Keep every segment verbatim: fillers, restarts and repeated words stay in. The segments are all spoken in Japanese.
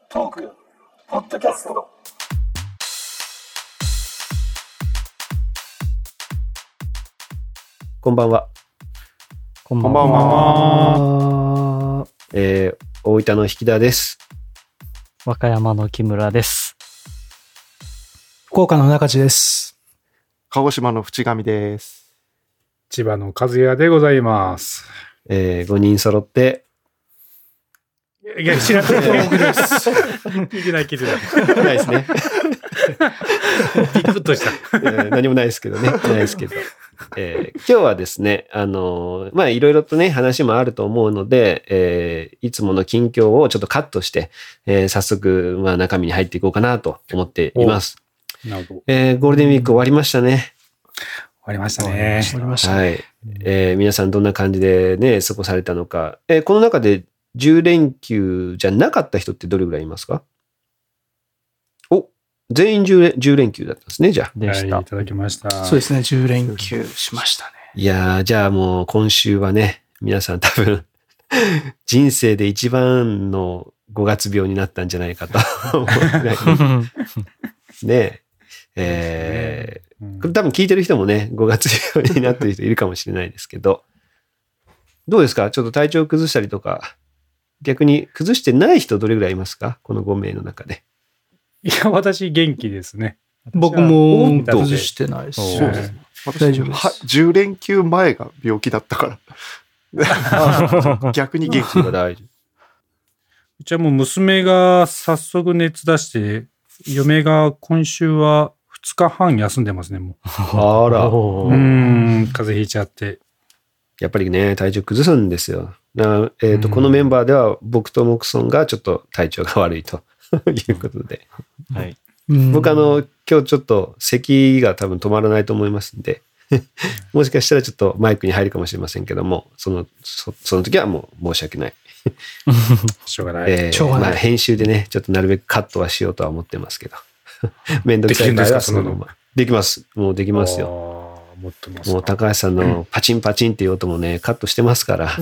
トークポッドキャスト。 こんばんは。 こんばんは。 えー、大分の引田です。 和歌山の木村です。 福岡の中地です。 鹿児島の淵上です。 千葉の和也でございます。 えー、ごにん揃って、 いや、知らないです。聞いてない、聞いてない。 ないですね。 ビクッとした、 えー。何もないですけどね。ないですけど。えー、今日はですね、あのー、まあ、いろいろとね、話もあると思うので、えー、いつもの近況をちょっとカットして、えー、早速、まあ、中身に入っていこうかなと思っています。 なるほど。 えー、ゴールデンウィーク終わりましたね。 終わりましたね。 終わりましたね。 はい。えー、皆さんどんな感じでね、過ごされたのか。えー、この中でじゅう連休じゃなかった人ってどれぐらいいますか？お、全員じゅう連、じゅう連休だったんですね、じゃあ。 でした。 はい、いただきました。 そうですね、じゅう連休しましたね。 いやー、じゃあもう今週はね、皆さん多分、人生で一番のごがつ病になったんじゃないかと思うぐらいねえ、えー、これ多分聞いてる人もね、ごがつ病になってる人いるかもしれないですけど、どうですか？ちょっと体調崩したりとか、逆に崩してない人どれぐらいいますか？このご名の中で。 いや、私元気ですね。 僕も崩してないです。 そうです。 大丈夫です。 じゅう連休前が病気だったから。逆に元気が大丈夫。 うちはもう娘が早速熱出して、嫁が今週はふつかはん休んでますね、もう。 あら。 うーん、風邪ひいちゃって。 やっぱりね、体調崩すんですよ。なえーと、このメンバーでは僕とモクソンがちょっと体調が悪いということで。はい。僕あの、今日ちょっと咳が多分止まらないと思いますんで、もしかしたらちょっとマイクに入るかもしれませんけども、その、そ, その時はもう申し訳ない。 しょうがない。 えー、まあ編集でね、ちょっとなるべくカットはしようとは思ってますけど。めんどくさい場合はそのまま。できます。もうできますよ。 も, もう高橋さんのパチンパチンっていう音もね、カットしてますから。 そ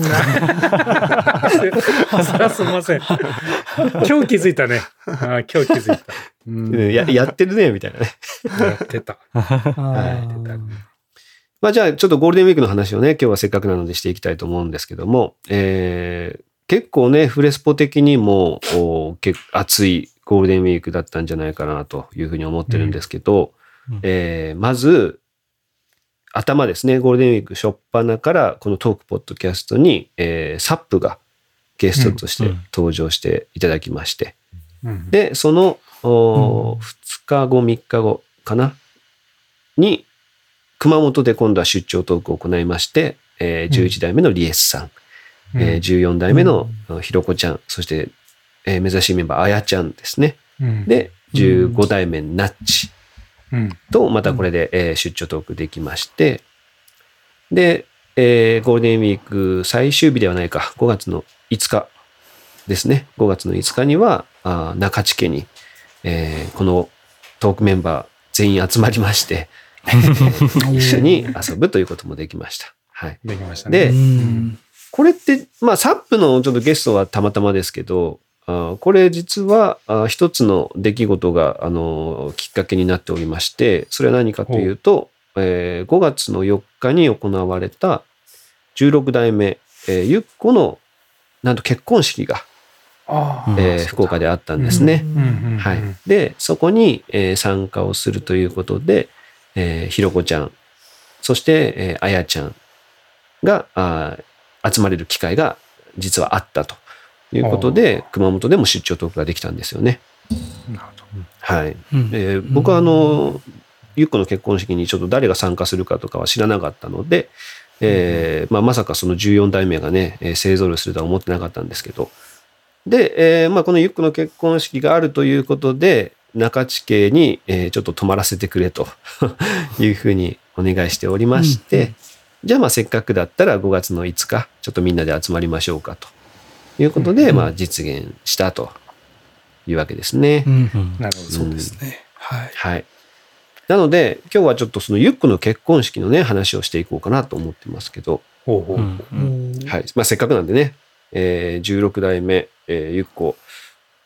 らすみません。今日気づいたね。あ今日気づいた、 うん、や。やってるね、みたいなね。 やってた。 はい、まあじゃあちょっとゴールデンウィークの話をね、今日はせっかくなのでしていきたいと思うんですけども、えー、結構ね、フレスポ的にも結熱いゴールデンウィークだったんじゃないかなというふうに思ってるんですけど、うんうんえー、まず、頭ですね、ゴールデンウィーク初っ端からこのトークポッドキャストに、えー、サップがゲストとして登場していただきまして、うんうん、で、その、うん、ふつかご、みっかごかなに、熊本で今度は出張トークを行いまして、えー、じゅういち代目のリエスさん、うんえー、じゅうよん代目のひろこちゃん、そして、えー、目指しメンバーあやちゃんですね。うん、で、じゅうご代目ナッチ。と、またこれで、えー、出張トークできまして、で、えー、ゴールデンウィーク最終日ではないか、ごがつのいつかですね。ごがつのいつかには、あ中地家に、えー、このトークメンバー全員集まりまして、一緒に遊ぶということもできました。はい。 できましたね。 で、これって、まあ、サップのちょっとゲストはたまたまですけど、あこれ実はあ一つの出来事があのきっかけになっておりまして、それは何かというと、えー、ごがつのよっかに行われたじゅうろく代目、えー、ゆっこのなんと結婚式が、えー、福岡であったんですね。はい。で、そこに、えー、参加をするということで、えー、ひろこちゃん、そして、えー、あやちゃんがあ集まれる機会が実はあったと。ということで、熊本でも出張トークができたんですよね。 なるほど。 はい。うんえー、僕はあの、ゆっこの結婚式にちょっと誰が参加するかとかは知らなかったので、えーまあ、まさかそのじゅうよん代目がね、勢ぞろいするとは思ってなかったんですけど。で、えーまあ、このゆっこの結婚式があるということで、中地家に、えー、ちょっと泊まらせてくれというふうにお願いしておりまして、うんうん、じゃあまあせっかくだったらごがつのいつか、ちょっとみんなで集まりましょうかと。ということで、まあ、実現したというわけですね。 うんうん、なるほど、そうですね。 はい。はい。なので、今日はちょっとそのゆっこの結婚式のね、話をしていこうかなと思ってますけど。 ほうほう。 はい。まあ、せっかくなんでね、えー、じゅうろく代目、えー、ゆっこ、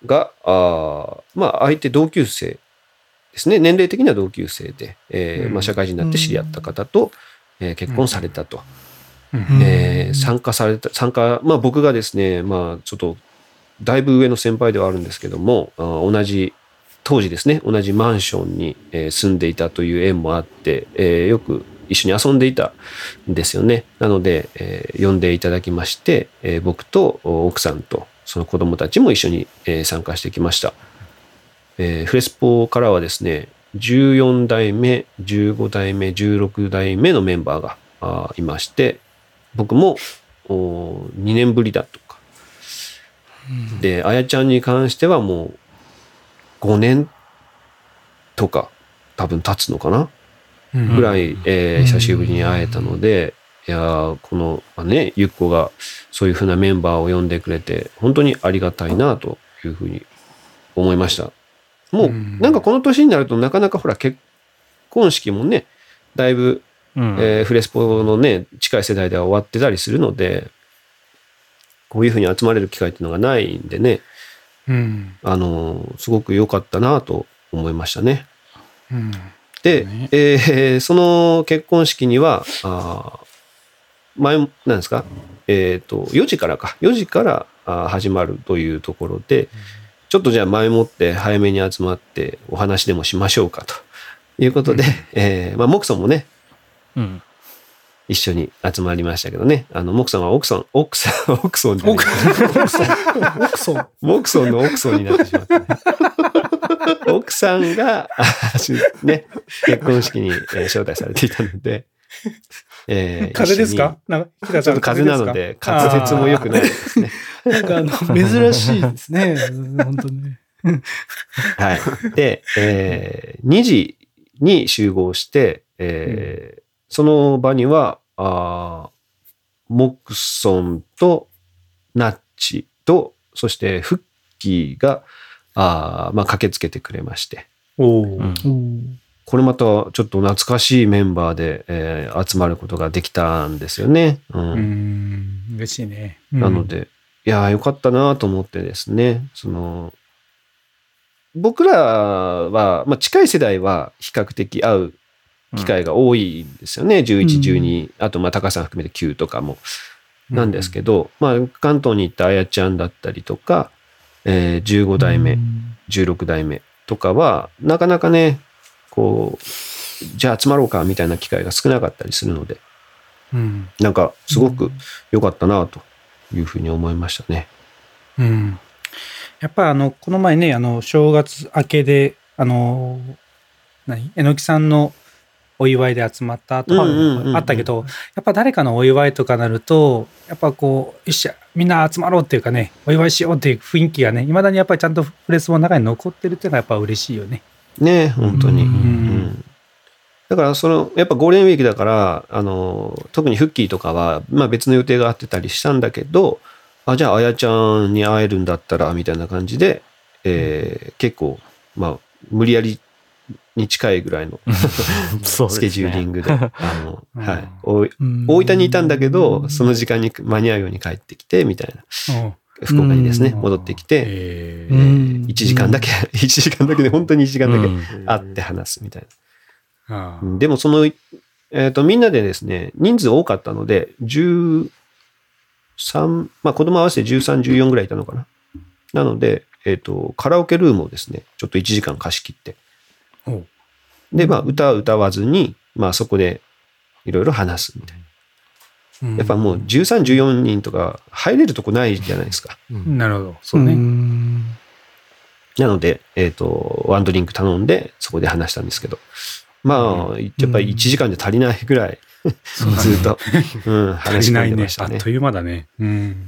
が、あまあ、相手同級生ですね。年齢的には同級生で、えーまあ、社会人になって知り合った方と、えー結婚されたと。えー参加された、参加、まあ僕がですね、まあちょっと、だいぶ上の先輩ではあるんですけども、あ同じ、当時ですね、同じマンションに、えー住んでいたという縁もあって、えーよく一緒に遊んでいたんですよね。なので、えー呼んでいただきまして、えー僕と奥さんとその子供たちも一緒に、えー参加してきました。えーフレスポからはですね、じゅうよん代目、じゅうご代目、じゅうろく代目のメンバーがあーいまして、僕もおにねんぶりだとか。で、あやちゃんに関してはもうごねんとか多分経つのかなぐらい、えー久しぶりに会えたので、いやーこの、まあね、ゆっこがそういうふうなメンバーを呼んでくれて、本当にありがたいなというふうに思いました。もう、なんかこの年になるとなかなかほら結婚式もね、だいぶ、 うんえーフレスポのね、近い世代では終わってたりするので、こういうふうに集まれる機会っていうのがないんでね、 うん。 あのーすごく良かったなと思いましたね。 うん。 で、 ねえーその結婚式には、あー前、なんですか、えっ、と、よじからか、よじからあー始まるというところで、ちょっとじゃあ前もって早めに集まってお話でもしましょうかということで、えーまあ、モクソンもね、 うん。 一緒に集まりましたけどね。あの、モクソンは奥さん、奥さん、奥ソンじゃない奥さん。 モクソンの奥ソンになってしまった、ね。奥さんが、あね、結婚式にえー招待されていたので、えー風邪ですか一緒なんか、ひらにちょっと風邪なので、滑舌も良くないですね。 なんかあの、珍しいですね。本当にね。 はい。で、えーにじに集合して、えーその場には、あーモクソンとナッチと、そしてフッキーが、あーまあ、駆けつけてくれまして。 おお。 うんこれまたちょっと懐かしいメンバーで、えー集まることができたんですよね。うんうん。嬉しいね。 なので、いやーよかったなと思ってですね、その、僕らは、まあ、近い世代は比較的会う機会が多いんですよね。じゅういち、じゅうに、あとまあ高さん含めてきゅうとかも。なんですけど、まあ関東に行ったあやちゃんだったりとか、えーじゅうご代目、じゅうろく代目とかは、なかなかね、こう、じゃあ集まろうかみたいな機会が少なかったりするので、 うん。 なんかすごく良かったなというふうに思いましたね。 うん。やっぱあの、この前ね、あの、正月明けで、あの、何えのきさんのお祝いで集まったとかうんうんうんうんあったけど、やっぱ誰かのお祝いとかなると、やっぱこう、よっしゃ、みんな集まろうっていうかね、お祝いしようっていう雰囲気がね、未だにやっぱりちゃんとフレスポの中に残ってるっていうのはやっぱ嬉しいよね。 ね、本当に。 うんうんだから、その、やっぱゴールデンウィークだから、あの、特にフッキーとかは、まあ別の予定があってたりしたんだけど、あ、じゃあ、あやちゃんに会えるんだったら、みたいな感じで、えー結構、まあ、無理やりに近いぐらいのそうですねスケジューリングで、あの、 うんはい。おうん大分にいたんだけど、その時間に間に合うように帰ってきて、みたいな。 うん福岡にですね、 うん戻ってきて、 ええーーいちじかんだけ、いちじかんだけで、本当にいちじかんだけうん会って話すみたいな。 あーうんでもその、えっ、と、みんなでですね、人数多かったので、じゅうさん、まあ子供合わせてじゅうさん、じゅうよんぐらいいたのかな。なので、えっ、と、カラオケルームをですね、ちょっといちじかん貸し切って。 おうで、まあ歌は歌わずに、まあそこでいろいろ話すみたいな。やっぱもうじゅうさん、じゅうよんにんとか入れるとこないじゃないですか。 なるほど。そうね。 んなので、えっ、と、ワンドリンク頼んで、そこで話したんですけど。まあ、やっぱりいちじかんじゃ足りないぐらい、ずっと、うん、 足話し込んりないねでまし。たね。 あっという間だね。うん。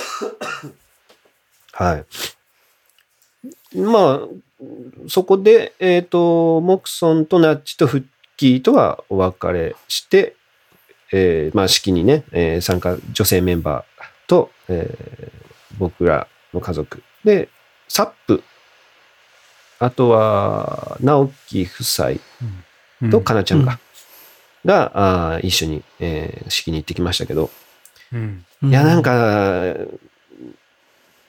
はい。まあ、そこで、えっ、と、モクソンとナッチとフッキーとはお別れして、えーまあ、式にね、えー参加、女性メンバーと、えー僕らの家族。で、サップ、あとは、直樹夫妻とかなちゃんが、が、あー一緒に、えー式に行ってきましたけど、 うん。 いや、なんか、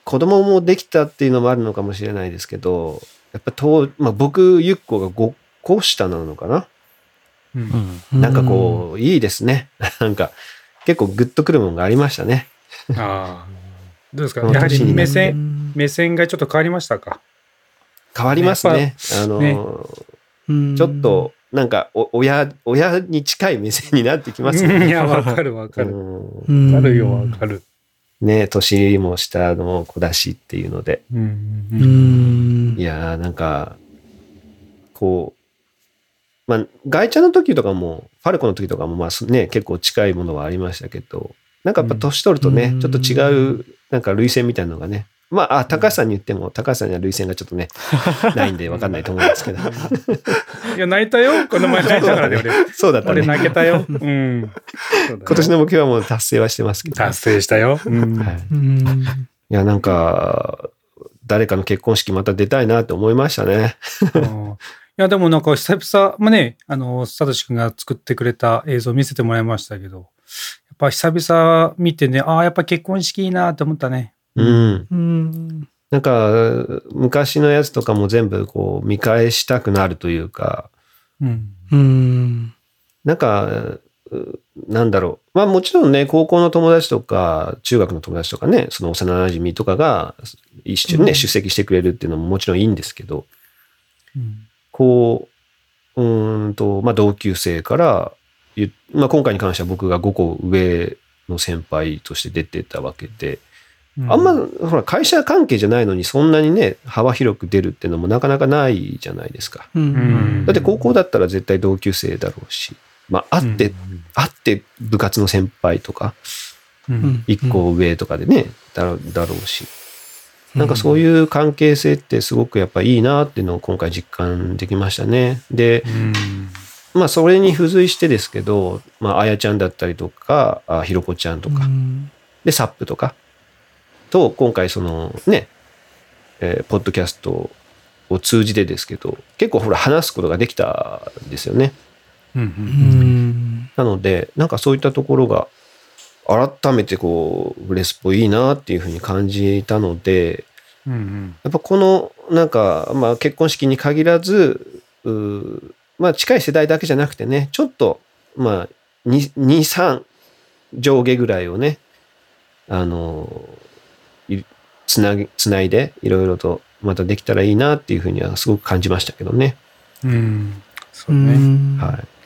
子供もできたっていうのもあるのかもしれないですけど、やっぱと、まあ、僕、ゆっこがごこ下なのかな、 う。 うんん。 なんかこう、いいですね。なんか、結構グッとくるものがありましたね。 ああ。どうですかこのやはり年になって目線、目線がちょっと変わりましたか？ 変わりますね。あの、 ねちょっと、なんかお、親、親に近い目線になってきますよね。 いや、わかるわかる。 うんわかるよ、わかる。 ね、年も下の子だしっていうので。 うんううんんいやー、なんか、こう、まあ、ガイチャの時とかも、ファルコの時とかも、まあね、結構近いものはありましたけど、なんかやっぱ年取るとね、 うんちょっと違う、なんか類線みたいなのがね、まあ、あ、高橋さんに言っても、高橋さんには類線がちょっとね、ないんで分かんないと思うんですけど。 いや、泣いたよ。この前泣いたからね、俺。 そうだった俺ね。 泣けたよ。うん。そうだね今年の目標はもう達成はしてますけど。 達成したよ。うん。 はい。いうんや、なんか、誰かの結婚式また出たいなって思いましたね。 うんいや、でもなんか久々、まあね、あの、サトシ君が作ってくれた映像を見せてもらいましたけど、やっぱ久々見てね、ああ、やっぱ結婚式いいなって思ったね。 うん。 うんなんか、昔のやつとかも全部こう見返したくなるというか、 うん。 うんなんか、うなんだろう。まあもちろんね、高校の友達とか、中学の友達とかね、その幼馴染とかが一緒にね、 うん出席してくれるっていうのももちろんいいんですけど、 うん。 こう、うーんと、まあ同級生からゆ、まあ今回に関しては僕がごこ上の先輩として出てたわけで、あんま、ほら、会社関係じゃないのにそんなにね、幅広く出るっていうのもなかなかないじゃないですか。 ううんんだって高校だったら絶対同級生だろうし、まあ、会って、会って部活の先輩とか、 うん。 一個上とかでね、だだろうし、なんかそういう関係性ってすごくやっぱいいなっていうのを今回実感できましたね。で、 うん。 まあそれに付随してですけど、まああやちゃんだったりとか、あひろこちゃんとか、 うんで、サップとか、と、今回そのね、えーポッドキャストを通じてですけど、結構ほら話すことができたんですよね。 うん。う。 うんんなので、なんかそういったところが、改めてこう、ブレスポいいなっていうふうに感じたので、 うん。 やっぱこの、なんか、まあ結婚式に限らず、うーまあ近い世代だけじゃなくてね、ちょっと、まあ、に、さん上下ぐらいをね、あの、いつなぎ、つないで、いろいろとまたできたらいいなっていうふうにはすごく感じましたけどね。 うん。そううね。 ん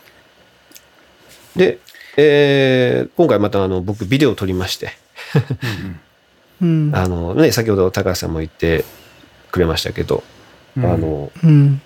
はい。で、えー今回またあの、僕ビデオを撮りまして、 うんあのね、先ほど高橋さんも言ってくれましたけど、 うんあ、の、 うん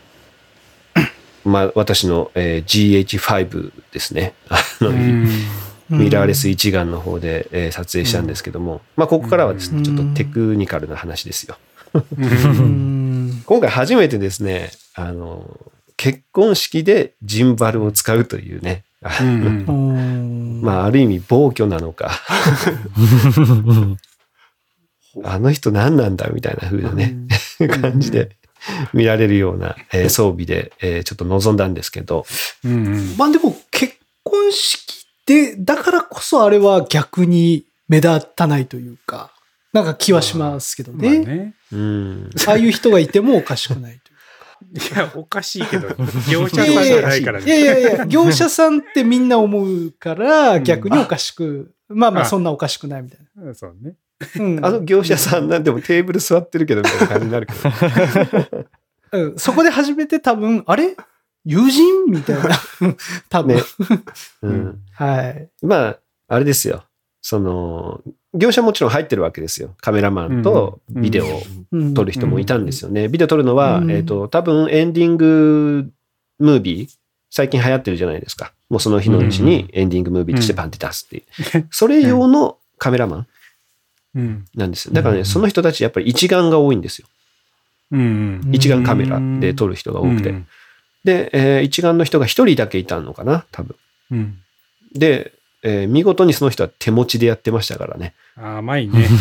まあ、私の、えージーエイチファイブ ですね。あの、 うん。 ミラーレス一眼の方で、えー撮影したんですけども、まあ、ここからはですね、 うんちょっとテクニカルな話ですよ。 ううん。 ん今回初めてですね、あの、結婚式でジンバルを使うというね、あうのん。 まあ、ある意味暴挙なのか、あの人何なんだみたいな風なね、感じで見られるような、えー装備で、えーちょっと臨んだんですけど、 うん。 まあでも結婚式で、だからこそあれは逆に目立たないというか、なんか気はしますけどまあね。 ね。 うん、 ああいう人がいてもおかしくないという。 いや、おかしいけど、業者さんいやいやじゃないからいやいね。 やいや、業者さんってみんな思うから、逆におかしく、まあまああそんなおかしくないみたいうんそうね。 な。うんあの業者さんなんでもテーブル座ってるけどみたいな感じになるけど、 うん、そこで初めて多分、あれ友人みたいな。多分。 ねうん、 はい。 まあ、あれですよ。その、業者もちろん入ってるわけですよ。カメラマンとビデオをうん撮る人もいたんですよね。ビデオ撮るのは、 うんえっと、多分エンディングムービー、最近流行ってるじゃないですか。もうその日のうちにエンディングムービーとしてバンって出すっていう。それ用のカメラマンうん。 なんですよ。だからね、 うんその人たちやっぱり一眼が多いんですよ。 うん。 一眼カメラで撮る人が多くて。 うんで、えー一眼の人が一人だけいたのかな、多分。 うん。 で、えー見事にその人は手持ちでやってましたからね。 甘いね。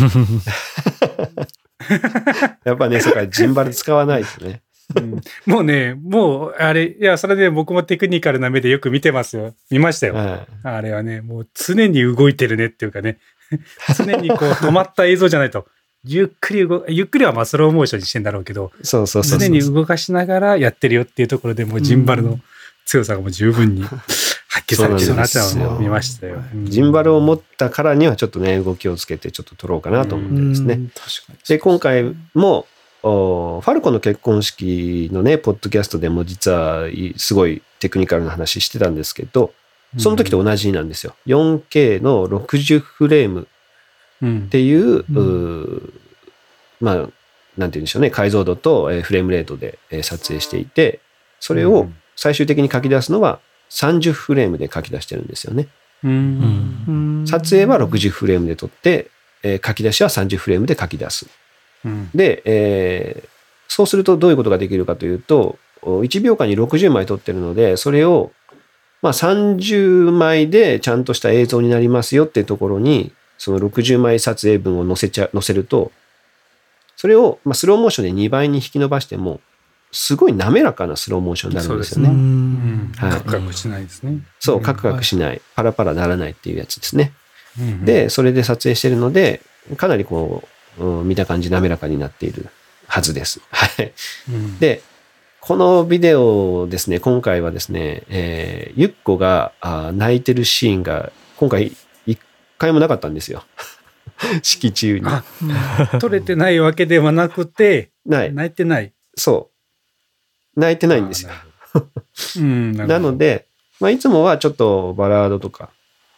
やっぱね、そこからジンバル使わないとね。 うんもうね、もう、あれ、いや、それで僕もテクニカルな目でよく見てますよ。見ましたよ。 はいあれはね、もう常に動いてるねっていうかね。常にこう止まった映像じゃないとゆっくり動、ゆっくりはまあスローモーションにしてんだろうけど、 そうそうそうそう。 常に動かしながらやってるよっていうところでもうジンバルの強さがもう十分に発揮されてるなってのを見ましたよ。うんジンバルを持ったからにはちょっとね、動きをつけてちょっと撮ろうかなと思ってですね。 うん確かに。 で、今回も、おファルコの結婚式のね、ポッドキャストでも実はいすごいテクニカルな話してたんですけど、その時と同じなんですよ。よんケー のろくじゅうフレームうんっていう、 うんうーまあ、なんて言うんでしょうね、解像度とえーフレームレートでえー撮影していて、それを最終的に書き出すのはさんじゅうフレームで書き出してるんですよね。 うんうん撮影はろくじゅうフレームで撮って、えー書き出しはさんじゅうフレームで書き出す。 うんで、えーそうするとどういうことができるかというと、おいちびょうかんにろくじゅうまい撮ってるので、それをまあさんじゅうまいでちゃんとした映像になりますよっていうところに、そのろくじゅうまい撮影分を載せちゃ、載せると、それをまあスローモーションでにばいに引き伸ばしても、すごい滑らかなスローモーションになるんですようね。 うんんはいカクカクしないですね。 そう、カクカクしない、パラパラならないっていうやつですね。 うんで、それで撮影してるので、かなりこう、うん見た感じ滑らかになっているはずです。はい。 うんで、このビデオですね、今回はですね、えーゆっこがあー泣いてるシーンが、今回一回もなかったんですよ。式中に。 あ取れてないわけではなくて、 ない。 泣いてない。 そう。泣いてないんですよ。 あー。なるほどうん、なるほどなの、で、まあ、いつもはちょっとバラードとか、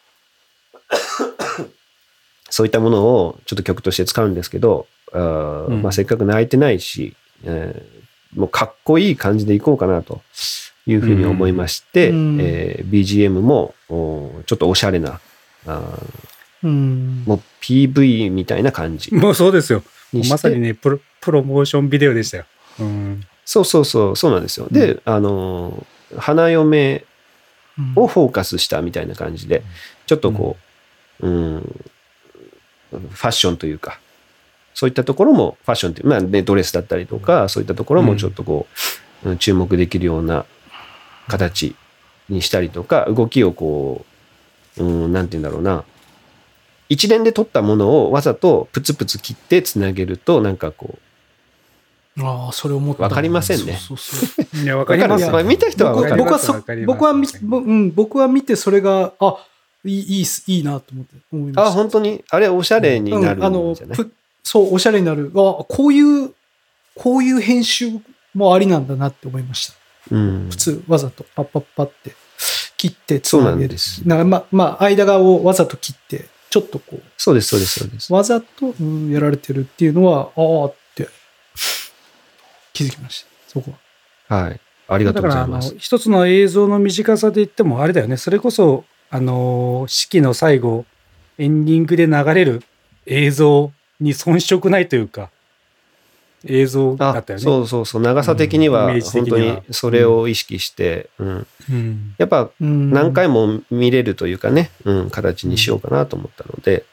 そういったものをちょっと曲として使うんですけど、あーうんまあ、せっかく泣いてないし、えーもうかっこいい感じでいこうかなというふうに思いまして、 うんえービージーエム もおちょっとおしゃれな、あーうんもう ピーブイ みたいな感じもうそうですよ。 にして、 まさにねプロ、プロモーションビデオでしたよ。うん。 そうそうそう、そうなんですよ。で、あのー花嫁をフォーカスしたみたいな感じで、ちょっとこう、うん、ファッションというか、そういったところも、ファッションっていう、まあね、ドレスだったりとか、そういったところもちょっとこう、うん注目できるような形にしたりとか、動きをこう、うん、なんて言うんだろうな、一連で撮ったものをわざとプツプツ切ってつなげると、なんかこああ、それ思った。 わかりませんねそうそうそういや、わう、 かりますよ。 わかるまあ見た人はわかる。 僕はそわかります僕はみ、ぼうん、僕は見てそれが、あ、いい、いいっす、いいなと思って、思いました。 あ、本当にあれおしゃれになるうんあのんじゃない、 ぷそう、おしゃれになる。あ、こういう、こういう編集もありなんだなって思いました。 うん普通、わざとパッパッパって切ってつそうななげる。 んです。 なんかま、まあ、間側をわざと切って、ちょっとこう、 そうです、そうです、そうです。 わざと、うんやられてるっていうのは、ああって気づきました。そこは。 はい。ありがとうございますだからあの。一つの映像の短さで言ってもあれだよね。それこそあの式の最後エンディングで流れる映像に遜色ないというか映像だあったよね。 そうそうそう。長さ的にはうんイメージ的本には当にそれを意識して、うんうんやっぱうん何回も見れるというかね、うん、形にしようかなと思ったので、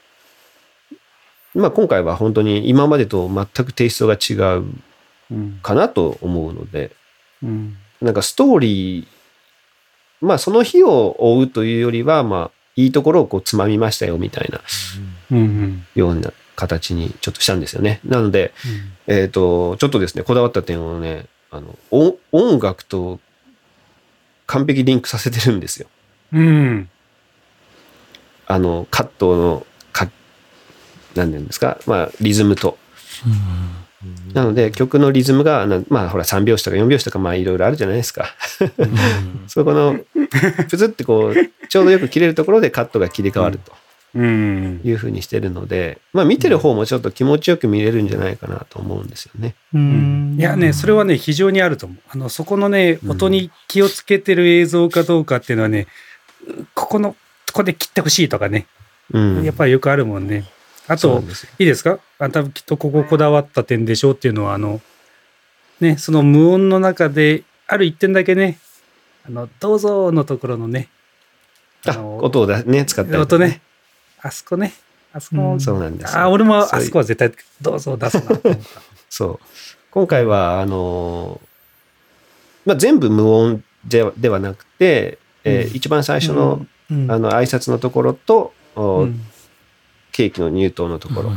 まあ今回は本当に今までと全くテイストが違ううんかなと思うので、 うんなんかストーリー、まあその日を追うというよりは、まあいいところをこうつまみましたよみたいなうんうんような形にちょっとしたんですよね。なので、えっ、と、ちょっとですね、こだわった点をね、あの、お音楽と完璧リンクさせてるんですよ。 うんうんあの、カットの、か、何て言うんですか、まあ、リズムと。なので、曲のリズムが、なまあ、ほら、さんびょうしとかよんびょうしとか、まあ、いろいろあるじゃないですか。そこの、プツってこう、ちょうどよく切れるところでカットが切り替わるとうんいうふうにしてるので、まあ、見てる方もちょっと気持ちよく見れるんじゃないかなと思うんですよね。 いやね、それはね、非常にあると思う。あの、そこのね、 うん音に気をつけてる映像かどうかっていうのはね、ここの、ここで切ってほしいとかね、 うん。 やっぱりよくあるもんね。あとそうなん、ですよ。 いいですかあんたきっとこここだわった点でしょうっていうのは、あの、ね、その無音の中で、ある一点だけね、あの、どうぞのところのね、 あ、 の音をだね、使ったりとか音ね、あそこね、あそこの、 うんそうなんですよ。 あ、俺もそういうあそこは絶対どうぞ出すなと思った。 そう。今回は、あのーまあ、全部無音ではではなくて、えーうん一番最初の、 うんあの、挨拶のところと、おうんケーキの入刀のところ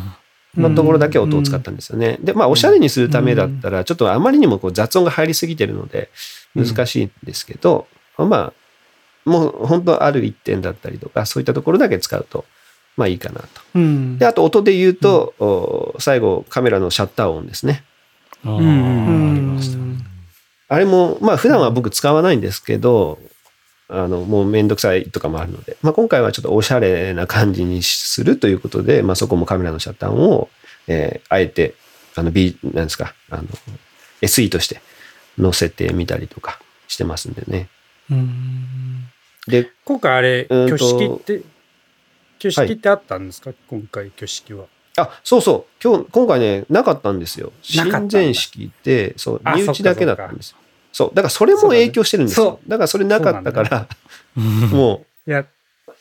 のところだけ音を使ったんですよね。で、まあ、おしゃれにするためだったら、ちょっとあまりにもこう雑音が入りすぎてるので、難しいんですけど、まあ、もう本当ある一点だったりとか、そういったところだけ使うと、まあいいかなと。 うんで、あと音で言うと、お最後カメラのシャッター音ですね。 ああ、 うんありました。 あれも、まあ普段は僕使わないんですけど、あの、もうめんどくさいとかもあるので、まあ今回はちょっとおしゃれな感じにするということで、まあそこもカメラのシャッター音を、えーあえて、あの B、なんですか、あの、エスイー として載せてみたりとかしてますんでね。 うんで、 今回あれ、 うんと挙式って、挙式ってあったんですか、今回挙式は。 あ、そうそう。今日、今回ね、なかったんですよ。 なかったんだ親善式で、そう、 あ身内だけだったんですよ。そう。だからそれも影響してるんですそうだね。 よだからそれなかったから、もいや、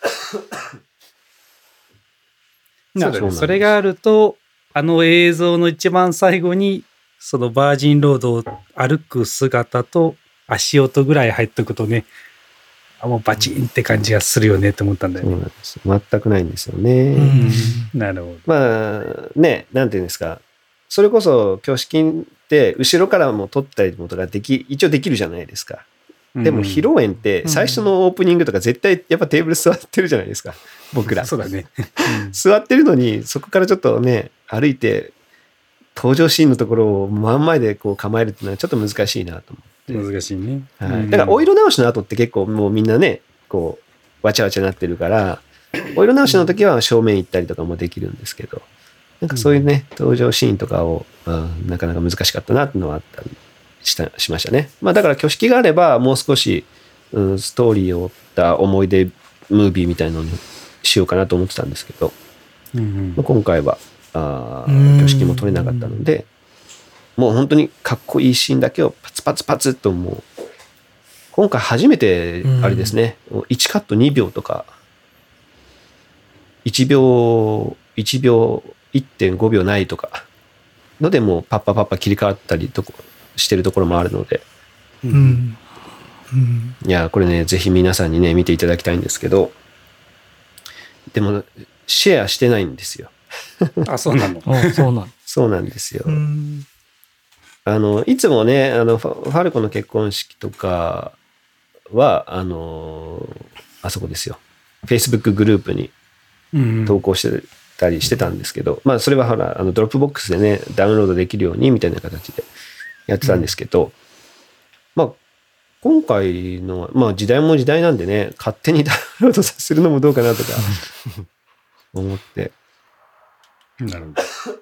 う、 そうだね。 なんですそれがあると、あの映像の一番最後に、そのバージンロードを歩く姿と足音ぐらい入っておくとね、あもうバチンって感じがするよねって思ったんだよそうね。 なんです。全くないんですよね。 うんなるほど。 まあ、ね、なんていうんですか。それこそ、挙式って、後ろからも撮ったりとかでき、一応できるじゃないですか。でも、披露宴って、最初のオープニングとか絶対、やっぱテーブル座ってるじゃないですか。僕ら。 そうだね。 座ってるのに、そこからちょっとね、歩いて、登場シーンのところを真ん前でこう構えるっていうのはちょっと難しいなと思って。 難しいね。 はい、だから、お色直しの後って結構もうみんなね、こう、わちゃわちゃなってるから、お色直しの時は正面行ったりとかもできるんですけど、なんかそういうね、登場シーンとかを、まあ、なかなか難しかったなっていうのはあったりしたしましたね。まあだから挙式があれば、もう少し、うん、ストーリーを追った思い出ムービーみたいなのにしようかなと思ってたんですけど、 うんまあ、今回は、あうん挙式も撮れなかったので、もう本当にかっこいいシーンだけをパツパツパツっともう、今回初めて、あれですね、いちカットにびょうとか、いちびょう、いちびょう、いってんごびょうないとか、のでもうパッパパッパ切り替わったりとかしてるところもあるので、 うんうんいや、これね、ぜひ皆さんにね、見ていただきたいんですけど、でも、シェアしてないんですよ。 あ、そうなの。 あそうなん。 そうなんですよ。 うんあの、いつもね、あの、ファファルコの結婚式とかは、あの、あそこですよ。Facebook グループにうん投稿してたりしてたんですけど、まあ、それはほら、あの、ドロップボックスでね、ダウンロードできるようにみたいな形でやってたんですけど、まあ、今回のは、まあ、時代も時代なんでね、勝手にダウンロードさせるのもどうかなとか思って、 なるほど。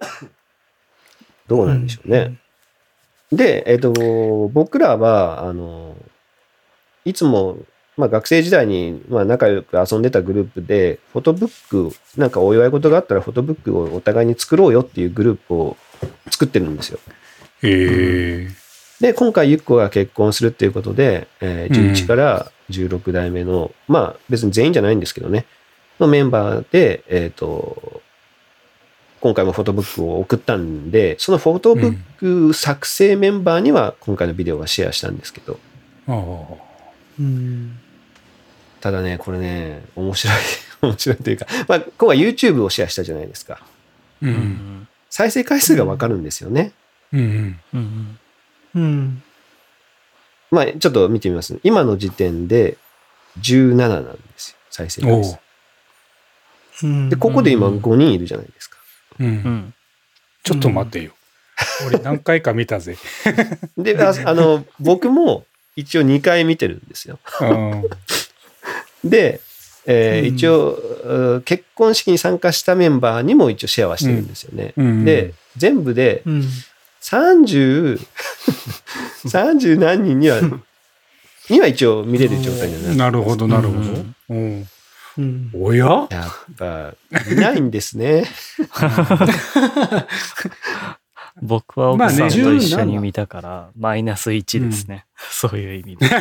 どうなんでしょうね。で、えっと、僕らは、あの、いつも、まあ学生時代に、まあ仲良く遊んでたグループで、フォトブック、なんかお祝い事があったらフォトブックをお互いに作ろうよっていうグループを作ってるんですよ。 へえ。 で、今回ゆっこが結婚するっていうことで、えーじゅういちからじゅうろく代目の、まあ別に全員じゃないんですけどね、のメンバーで、えっと、今回もフォトブックを送ったんで、そのフォトブック作成メンバーには今回のビデオはシェアしたんですけど、 ああ。 うんただね、これね、面白い、面白いというか、まあ、今回 YouTube をシェアしたじゃないですか。 う。 うんん。 再生回数がわかるんですよね。 うん。 うん。 うんまあ、ちょっと見てみます。今の時点でじゅうなななんですよ、再生回お数う。 うんで、ここで今ごにんいるじゃないですか。 う。 うんん。 ちょっと待ってよ。俺何回か見たぜ。 で、ああの、僕も一応にかい見てるんですよ。 うん。 で、えーうん一応、う結婚式に参加したメンバーにも一応シェアはしてるんですよね。 うんで、全部でうんさんじゅう、さんじゅう何人には、には一応見れる状態にはなってます。 なるほど、なるほどうん。 うん。 うんおややっぱ、いないんですね。 僕はまあね奥さんと一緒に見たから、マイナスいちですね。そういう意味で。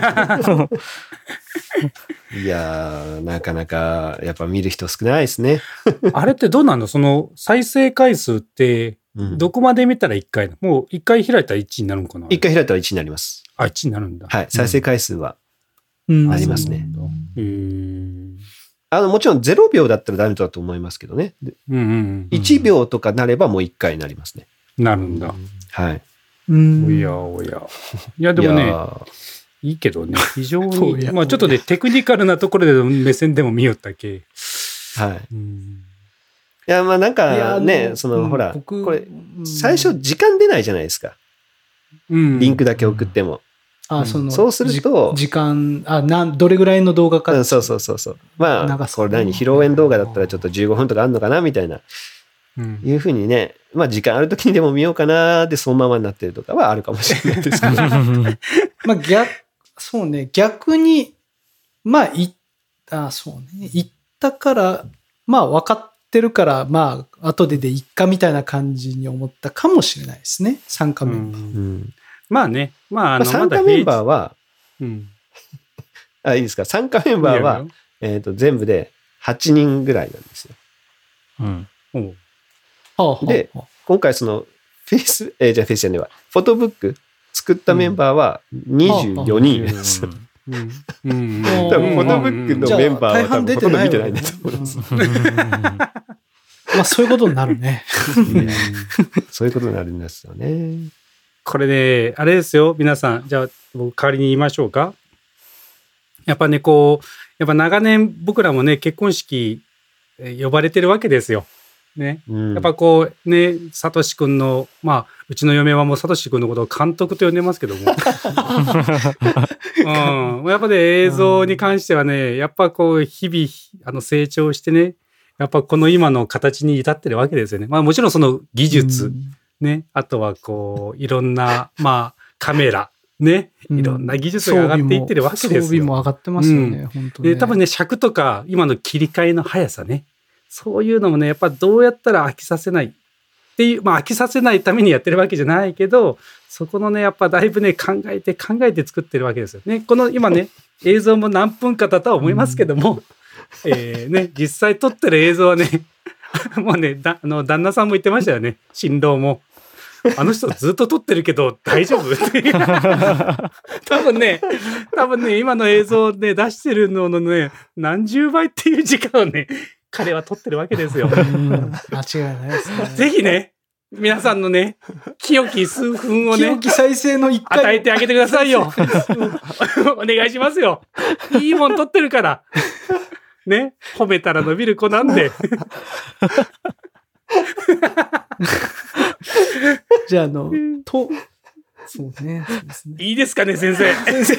いやー、なかなか、やっぱ見る人少ないですね。 あれってどうなのその再生回数って、 うんどこまで見たらいっかいなのもういっかい開いたらいちになるのかな一回開いたらいちになります。 あ、いちになるんだ。 はい。再生回数はうんありますね。 へーあの、もちろんゼロびょうだったらダメだと思いますけどね。 うんうんうん。 いちびょうとかなればもういっかいになりますね。 なるんだ。 はい。 うんおやおや。いや、でもね、 いやーいいけどね、非常に、 おやまあちょっとね、テクニカルなところでの目線でも見よったけ。 はい。 うんいや、まあなんいやあかね、 のその、 うんほら、 僕これ、 うん最初時間出ないじゃないですか。 うんリンクだけ送っても。 あ、その、 そうするとじ時間、あ、なん、どれぐらいの動画か。 うん、そうそうそうそう。まあ、 長さこれ何、披露宴動画だったらちょっとじゅうごふんとかあんのかなみたいな、 うんいうふうにね、まあ時間ある時にでも見ようかなで、そのままになってるとかはあるかもしれないですけど。 まあ逆、そうね、逆に、まあ、いあ、そうね、行ったから、まあ分かってるから、まあ、後ででいっかみたいな感じに思ったかもしれないですね、参加メンバー。 うんまあね、まあ、あまあ、 の、 参加メンバーは、 ー、うん。 あ、いいですか、参加メンバーは、えっと、全部ではちにんぐらいなんですよ。 うん。 おうはあはあではあ今回その、フェイス、えーじゃあフェイスじゃねえわ、フォトブック作ったメンバーはにじゅうよにんいるんですよ。 うん。うん。 多多分フォトブックのメンバーは多分ほとんど見てないんだじゃあと思います。 まあ、そういうことになるね。 そういうことになるんですよね。 これね、あれですよ、皆さん。じゃあ、僕代わりに言いましょうか。やっぱね、こう、やっぱ長年僕らもね、結婚式えー呼ばれてるわけですよ。ね。 うんやっぱこう、ね、サトシ君の、まあ、うちの嫁はもうサトシ君のことを監督と呼んでますけども。うん。やっぱね、映像に関してはね、やっぱこう、日々、あの、成長してね、やっぱこの今の形に至ってるわけですよね。まあもちろんその技術、ね、あとはこう、いろんな、まあ、カメラ、ね、いろんな技術が上がっていってるわけですよ。 装備も上がってますよね、本当に、ね。 で、多分ね、尺とか、今の切り替えの速さね、そういうのもね、やっぱどうやったら飽きさせないっていう、まあ飽きさせないためにやってるわけじゃないけど、そこのね、やっぱだいぶね、考えて考えて作ってるわけですよね。この今ね、映像も何分かだとは思いますけども、えーね、実際撮ってる映像はね、もうね、だあの旦那さんも言ってましたよね、新郎も。あの人ずっと撮ってるけど大丈夫っていう多分ね、多分ね、今の映像で出してるののね、何十倍っていう時間をね、彼は撮ってるわけですよ。 うん間違いないですね。 ぜひね、皆さんのね、清き数分をね清、き再生の一回。 与えてあげてくださいよ。お願いしますよ。いいもん撮ってるから。ね、褒めたら伸びる子なんで。 じゃあ、あの、と、そうね。そうですねいいですかね、先生。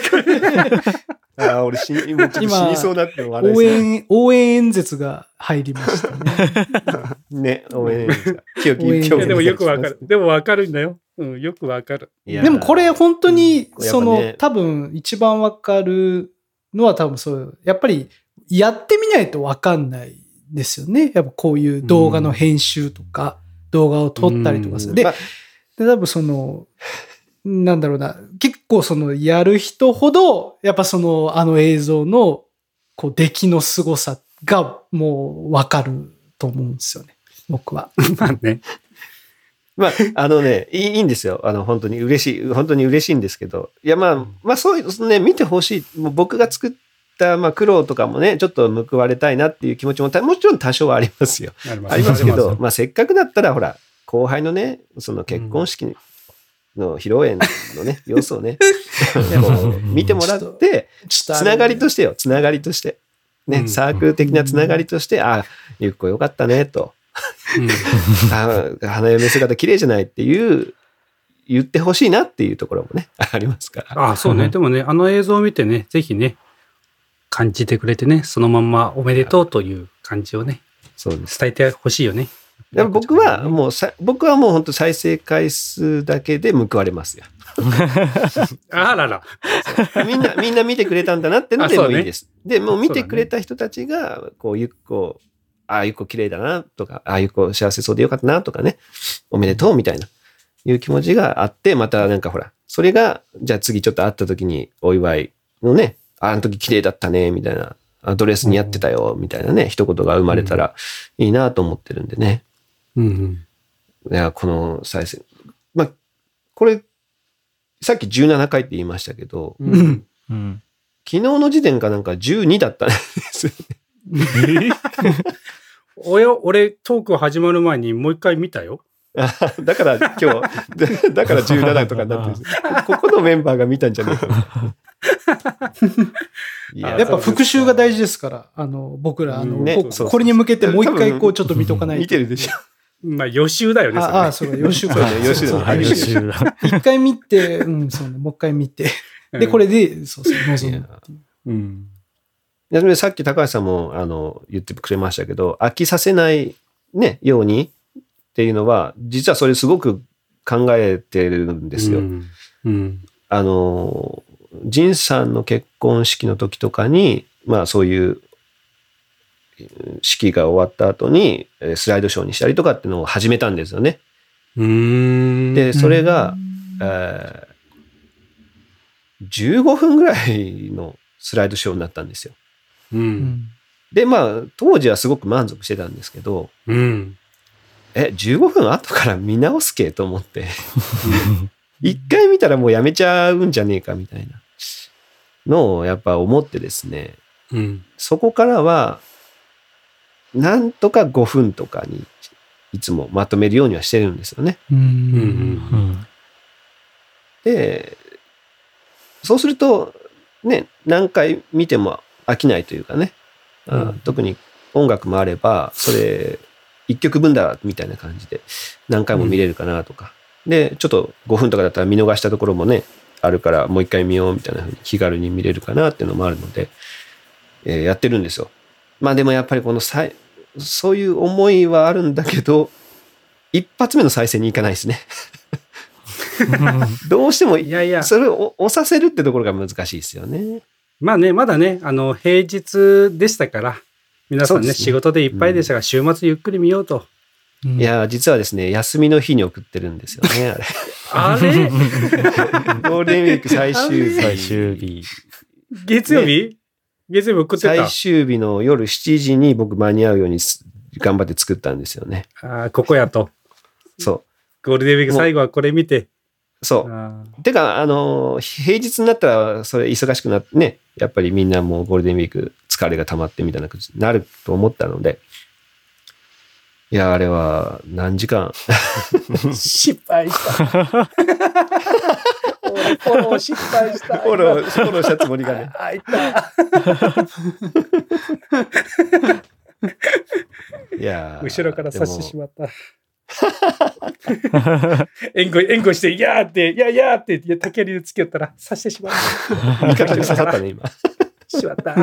ああ、俺死に、もうちょっと死にそうになっても笑い応そう。 援、応援演説が入りましたね。 ね、応援ですか。清き、 応援清きいやでもよくわかる。でもわかるんだよ。うん、よくわかる。 いやでもこれ本当に、 うんその、 やっぱね多分一番わかるのは多分そう、やっぱりやってみないとわかんないですよね。やっぱこういう動画の編集とか、動画を撮ったりとかする。で、 まあで多分その、なんだろうな、結構そのやる人ほど、やっぱそのあの映像のこう出来の凄さがもうわかると思うんですよね。僕は。 まあね。 まあ、あのね、いいいいんですよ。あの、本当に嬉しい、本当に嬉しいんですけど。いや、まあ、まあ、そういう、ね、見てほしい。もう僕が作った、まあ、苦労とかもね、ちょっと報われたいなっていう気持ちもた、もちろん多少はありますよ。 ありありますけど、 ありまあ、せっかくだったら、ほら、後輩のね、その結婚式の披露宴のね、様子をね、こう見てもらって、つながりとしてよ、つながりとして。ね、 うんサークル的なつながりとして、あ、ゆっこよかったね、と。あ、花嫁姿綺麗じゃないっていう、言ってほしいなっていうところもね、ありますから。 ああ、そうね。でもね、あの映像を見てね、ぜひね、感じてくれてね、そのまんまおめでとうという感じをね、 そうです。 伝えてほしいよね。 でも僕はもうさ、僕はもう本当再生回数だけで報われますよ。 あらら。 みんな、みんな見てくれたんだなってのであそうねもいいです。で、もう見てくれた人たちが、こう、ゆっこ、ああ、ゆっこ綺麗だなとか、ああ、ゆっこ幸せそうでよかったなとかね、おめでとうみたいな、いう気持ちがあって、またなんかほら、それが、じゃあ次ちょっと会った時にお祝いのね、ああの時綺麗だったね、みたいな、あドレス似合ってたよ、みたいなね、一言が生まれたらいいなと思ってるんでね。 うんうん。 いや、この再生。まあ、これ、さっきじゅうななかいって言いましたけど、 うん。 うん。 昨日の時点かなんかじゅうにだったんですよね。 おや、俺トーク始まる前にもう一回見たよ。 あだから今日、だだからじゅうななとかになってるんです。ここのメンバーが見たんじゃないかな。いやっぱ復習が大事ですから、あの、僕ら、あの、 ねこそうそうこれに向けてもう一回こうちょっと見とかないと。 見てるでしょ。 まあ予習だよね。それねああ、そうだ、予習か。 予習だそうはい予習予習だ一回見て、うん、そうね、もう一回見て。で、これで、そうそう、望む。 うん。 いやさっき高橋さんもあの言ってくれましたけど、飽きさせない、ね、ようにっていうのは、実はそれすごく考えてるんですよ。 うん。うん。 あの、仁さんの結婚式の時とかに、まあそういう式が終わった後にスライドショーにしたりとかっていうのを始めたんですよね。 うーん。 で、それが、えーじゅうごふんぐらいのスライドショーになったんですよ。 う。 うんんで、まあ、当時はすごく満足してたんですけど、 うん。 え、じゅうごふん後から見直すけと思って、一回見たらもうやめちゃうんじゃねえかみたいなのをやっぱ思ってですね、 うん。 そこからは、なんとかごふんとかにいつもまとめるようにはしてるんですよね。 うんうん。 うんで、そうすると、ね、何回見ても飽きないというかね、あうん特に音楽もあれば、それいっきょくぶんだみたいな感じで何回も見れるかなとか。で、ちょっとごふんとかだったら見逃したところもね、あるからもう一回見ようみたいな風に気軽に見れるかなっていうのもあるので、えーやってるんですよ。まあでもやっぱりこのさい、そういう思いはあるんだけど、一発目の再生に行かないですね。どうしても、 いやいや、 それを押させるってところが難しいですよね。 まあね、まだね、あの、平日でしたから、皆さんね、 そうですね仕事でいっぱいでしたが、週末ゆっくり見ようと。 うんいや、実はですね、休みの日に送ってるんですよね、あれ。 あれゴールデンウィーク最終日。 最終日。 月曜日、月曜日送ってた。 最終日の夜しちじに僕間に合うようにす頑張って作ったんですよね。 ああ、ここやと。 そゴールデンウィーク最後はこれ見て。 う。そう。 あてか、あの、平日になったら、それ忙しくなってね、やっぱりみんなもうゴールデンウィーク疲れが溜まってみたいな感じになると思ったので、いや、あれは何時間ー失敗した。俺フォロー失敗した。 フォロー、フォローしたつもりがね。 あ、いた。 いやー後ろから刺してしままった。援護、援護して、いやーって、いやいやーって、いや、竹槍で突き寄ったら刺してしまった。 味方に刺さったね、今。 しまった。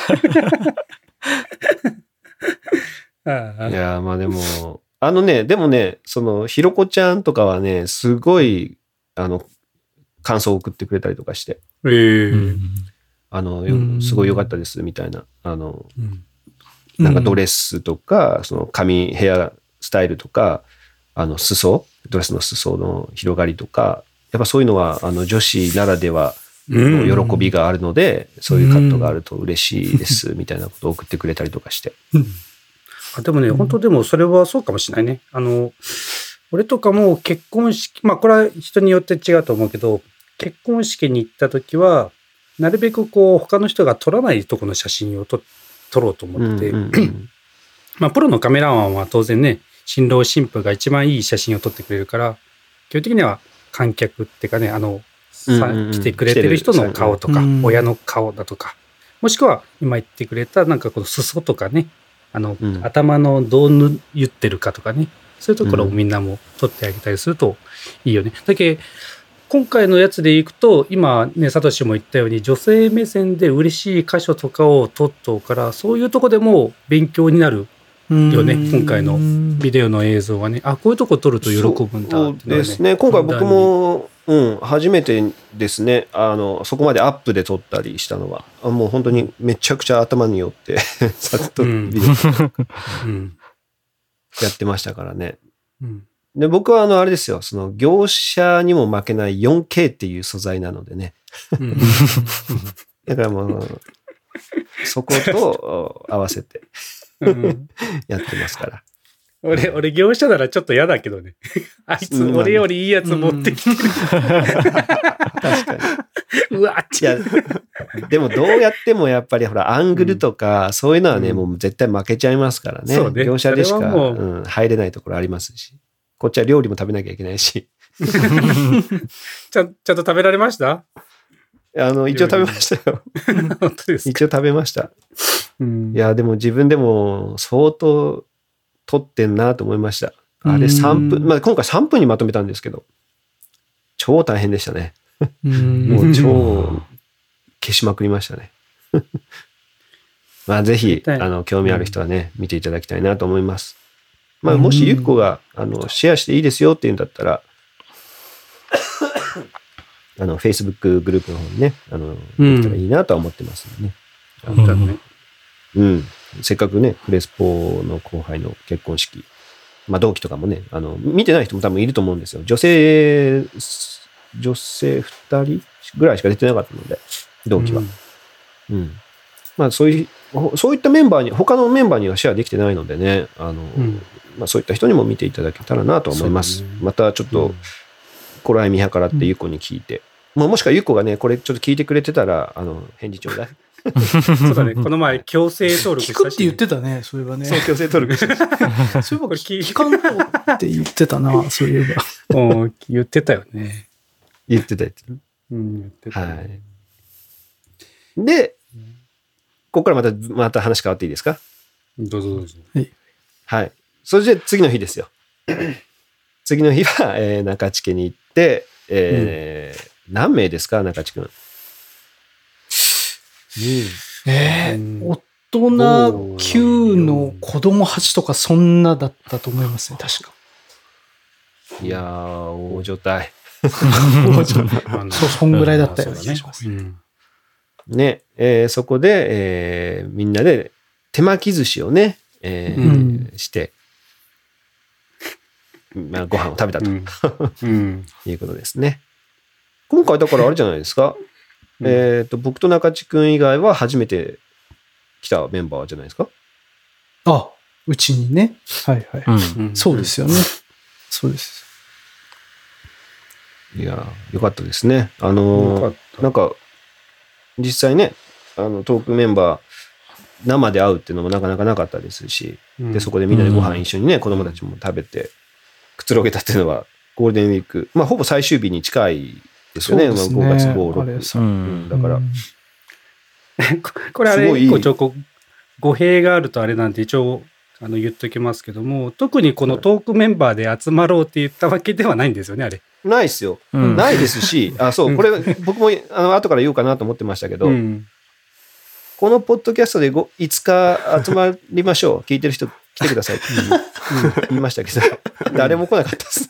ああいやーまあでも、あのね、でもね、その、ひろこちゃんとかはね、すごい、あの、感想を送ってくれたりとかして、 ええあの、ようんすごい良かったです、みたいな。あの、 うんなんかドレスとか、その髪、ヘアスタイルとか、あの、裾、ドレスの裾の広がりとか、やっぱそういうのは、あの、女子ならではの喜びがあるので、そういうカットがあると嬉しいです、みたいなことを送ってくれたりとかして。 あでもね、本当でもそれはそうかもしれないね。あの、俺とかも結婚式、まあこれは人によって違うと思うけど、結婚式に行った時は、なるべくこう他の人が撮らないとこの写真を撮撮ろうと思ってて、 うんうんうんまあプロのカメラマンは当然ね、新郎新婦が一番いい写真を撮ってくれるから、基本的には観客っていうかね、あの、さうんうんうん来てくれてる人の顔とか、 うん親の顔だとか、もしくは今言ってくれたなんかこの裾とかね、あの、 うん頭のどうぬ言ってるかとかね、そういうところをみんなも撮ってあげたりするといいよね。だけ今回のやつでいくと、今ね、サトシも言ったように、女性目線で嬉しい箇所とかを撮っとうから、そういうとこでも勉強になるよね、今回のビデオの映像はね。あ、こういうとこ撮ると喜ぶんだそうっていうのはですね。今回僕も、うん、初めてですね、あの、そこまでアップで撮ったりしたのは、あもう本当にめちゃくちゃ頭によって、さっとうんビデオうん。 やってましたからね。 うん。 で、僕はあの、あれですよ、その業者にも負けない よんケー っていう素材なのでね。 うん。 だからもう、そこと合わせてうんやってますから。 俺、俺業者ならちょっと嫌だけどね。あいつ俺よりいいやつ持ってきてる。 確かに。 うわっちいや、 でもどうやってもやっぱりほら、アングルとか、そういうのはね、 うんもう絶対負けちゃいますからね。 そうね業者でしか、 それはもううん、入れないところありますし。こっちは料理も食べなきゃいけないし。 ちゃん、ちゃんと食べられました？ あの、一応食べましたよ。 本当ですか？ 一応食べました。 うんいや、でも自分でも相当取ってんなと思いました。あれさんぷん、 うんまあ今回さんぷんにまとめたんですけど、超大変でしたね。 うんもう超消しまくりましたね。まあぜひ、 絶対あの、興味ある人はね、見ていただきたいなと思います。まあもしゆっこが、あの、シェアしていいですよって言うんだったら、あの、Facebook グループの方にね、あの、 うんできたらいいなとは思ってますんでね。 本当だね。 うん。せっかくね、フレスポの後輩の結婚式、まあ同期とかもね、あの、見てない人も多分いると思うんですよ。女性、女性ふたりぐらいしか出てなかったので、同期は。うん。まあそういう、ほそういったメンバーに、他のメンバーにはシェアできてないのでね、あの、 んまあそういった人にも見ていただけたらなと思います。 そうだねまたちょっと、頃合い見計らってゆっこに聞いて、まあもしくはゆっこがね、これちょっと聞いてくれてたら、あの、返事ちょうだい。 そうだね。この前、強制登録したし。 聞くって言ってたね、そういえばね。 そう、強制登録して。 そういえばこれ聞聞かんとって言ってたな、そういえば。 うん言ってたよね。 言ってた言ってうん、言ってた。 た。はい。で、ここからまた、また話変わっていいですか？ どうぞどうぞ。 はい。それで次の日ですよ。次の日は、えー中地家に行って、えー何名ですか、中地君。 えうんー、大人きゅうの子供はちとかそんなだったと思いますね、確か。 いやー、大所帯。 そう、そんぐらいだったような気がします。 うんね、えーそこで、えーみんなで手巻き寿司をね、えーうんして、まあ、ご飯を食べたとうんうんいうことですね。今回だからあれじゃないですか。 うんえっと、僕と中地君以外は初めて来たメンバーじゃないですか。 あ、うちにね。はいはい。 うん。 うんそうですよね。そうです。 いやー、よかったですね。あよのーかったなんか、実際ね、あの、トークメンバー、生で会うっていうのもなかなかなかったですし、 うんで、そこでみんなでご飯一緒にね、子供たちも食べて、くつろげたっていうのは、ゴールデンウィーク、まあ、ほぼ最終日に近いですよね、 そうですねまあごがつご、ろく。 あれさうんだからう、んこれあれ、 すごい一個ちょこ、語弊があるとあれなんで一応、あの、言っときますけども、特にこのトークメンバーで集まろうって言ったわけではないんですよね、あれ。 ないっすよ。 うんないですし、あ、そうう、 んこれ、僕も、あの、後から言おうかなと思ってましたけど、 うん。 このポッドキャストでごいつか集まりましょう。聞いてる人来てくださいって言いましたけど、誰も来なかったです。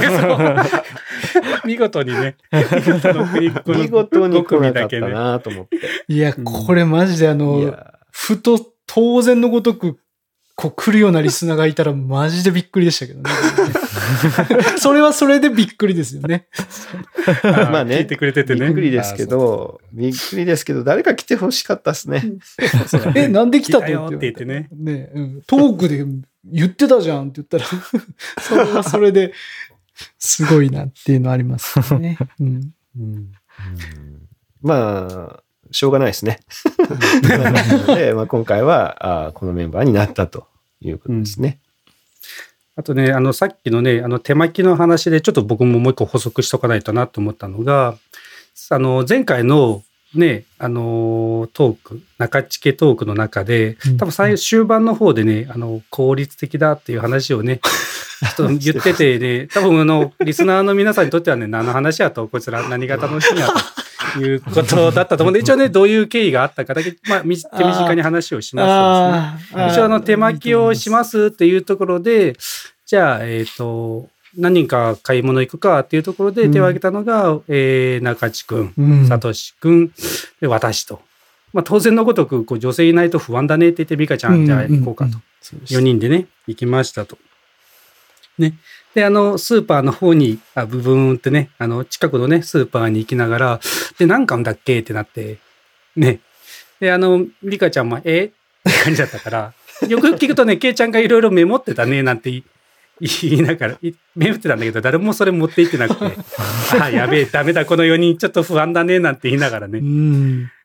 見事にね、見事の国この見事にご組来なかっただけね。 なと思って。 いや、これマジであいの、 やふと当然のごとく、こう来るようなリスナーがいたらマジでびっくりでしたけどね。それはそれでびっくりですよね。 まあね聞いてくれててね。 びっくりですけど、びっくりですけど、誰か来てほしかったですね。 え、なんで来たと来たよって言ってね。 ね、うん、トークで言ってたじゃんって言ったら、それはそれですごいなっていうのありますよね。うんうんまあ、しょうがないですね。なので、まあ、今回はあこのメンバーになったということですね。 あとね、あの、さっきのね、あの、手巻きの話で、ちょっと僕ももう一個補足しとかないとなと思ったのが、あの、前回のね、あの、トーク、中地家トークの中で、多分最終盤の方でね、あの、効率的だっていう話をね、ちょっと言っててね、多分あの、リスナーの皆さんにとってはね、何の話やと、こいつら何が楽しみやということだったと思うんで、一応ね、どういう経緯があったかだけ、まあ、み手短に話をしますとですね。 あー一応あの手巻きをしますっていうところで、じゃあ、えっ、と、何人か買い物行くかっていうところで手を挙げたのが、えー、中地くん、 うんさとしくん、で、私と。まあ当然のごとく、こう女性いないと不安だねって言って、美香ちゃん、じゃあ行こうかと。よにんでね、行きましたと。ね。で、あの、スーパーの方に、あ、ブブーンってね、あの、近くのね、スーパーに行きながら、で、何買うんだっけってなって、ね。で、あの、美香ちゃんも、えって感じだったから、よく聞くとね、ケイちゃんがいろいろメモってたね、なんて言い言いながら、いメモってたんだけど、誰もそれ持って行ってなくて、あ、やべえ、ダメだ、このよにんちょっと不安だね、なんて言いながらねう。ん。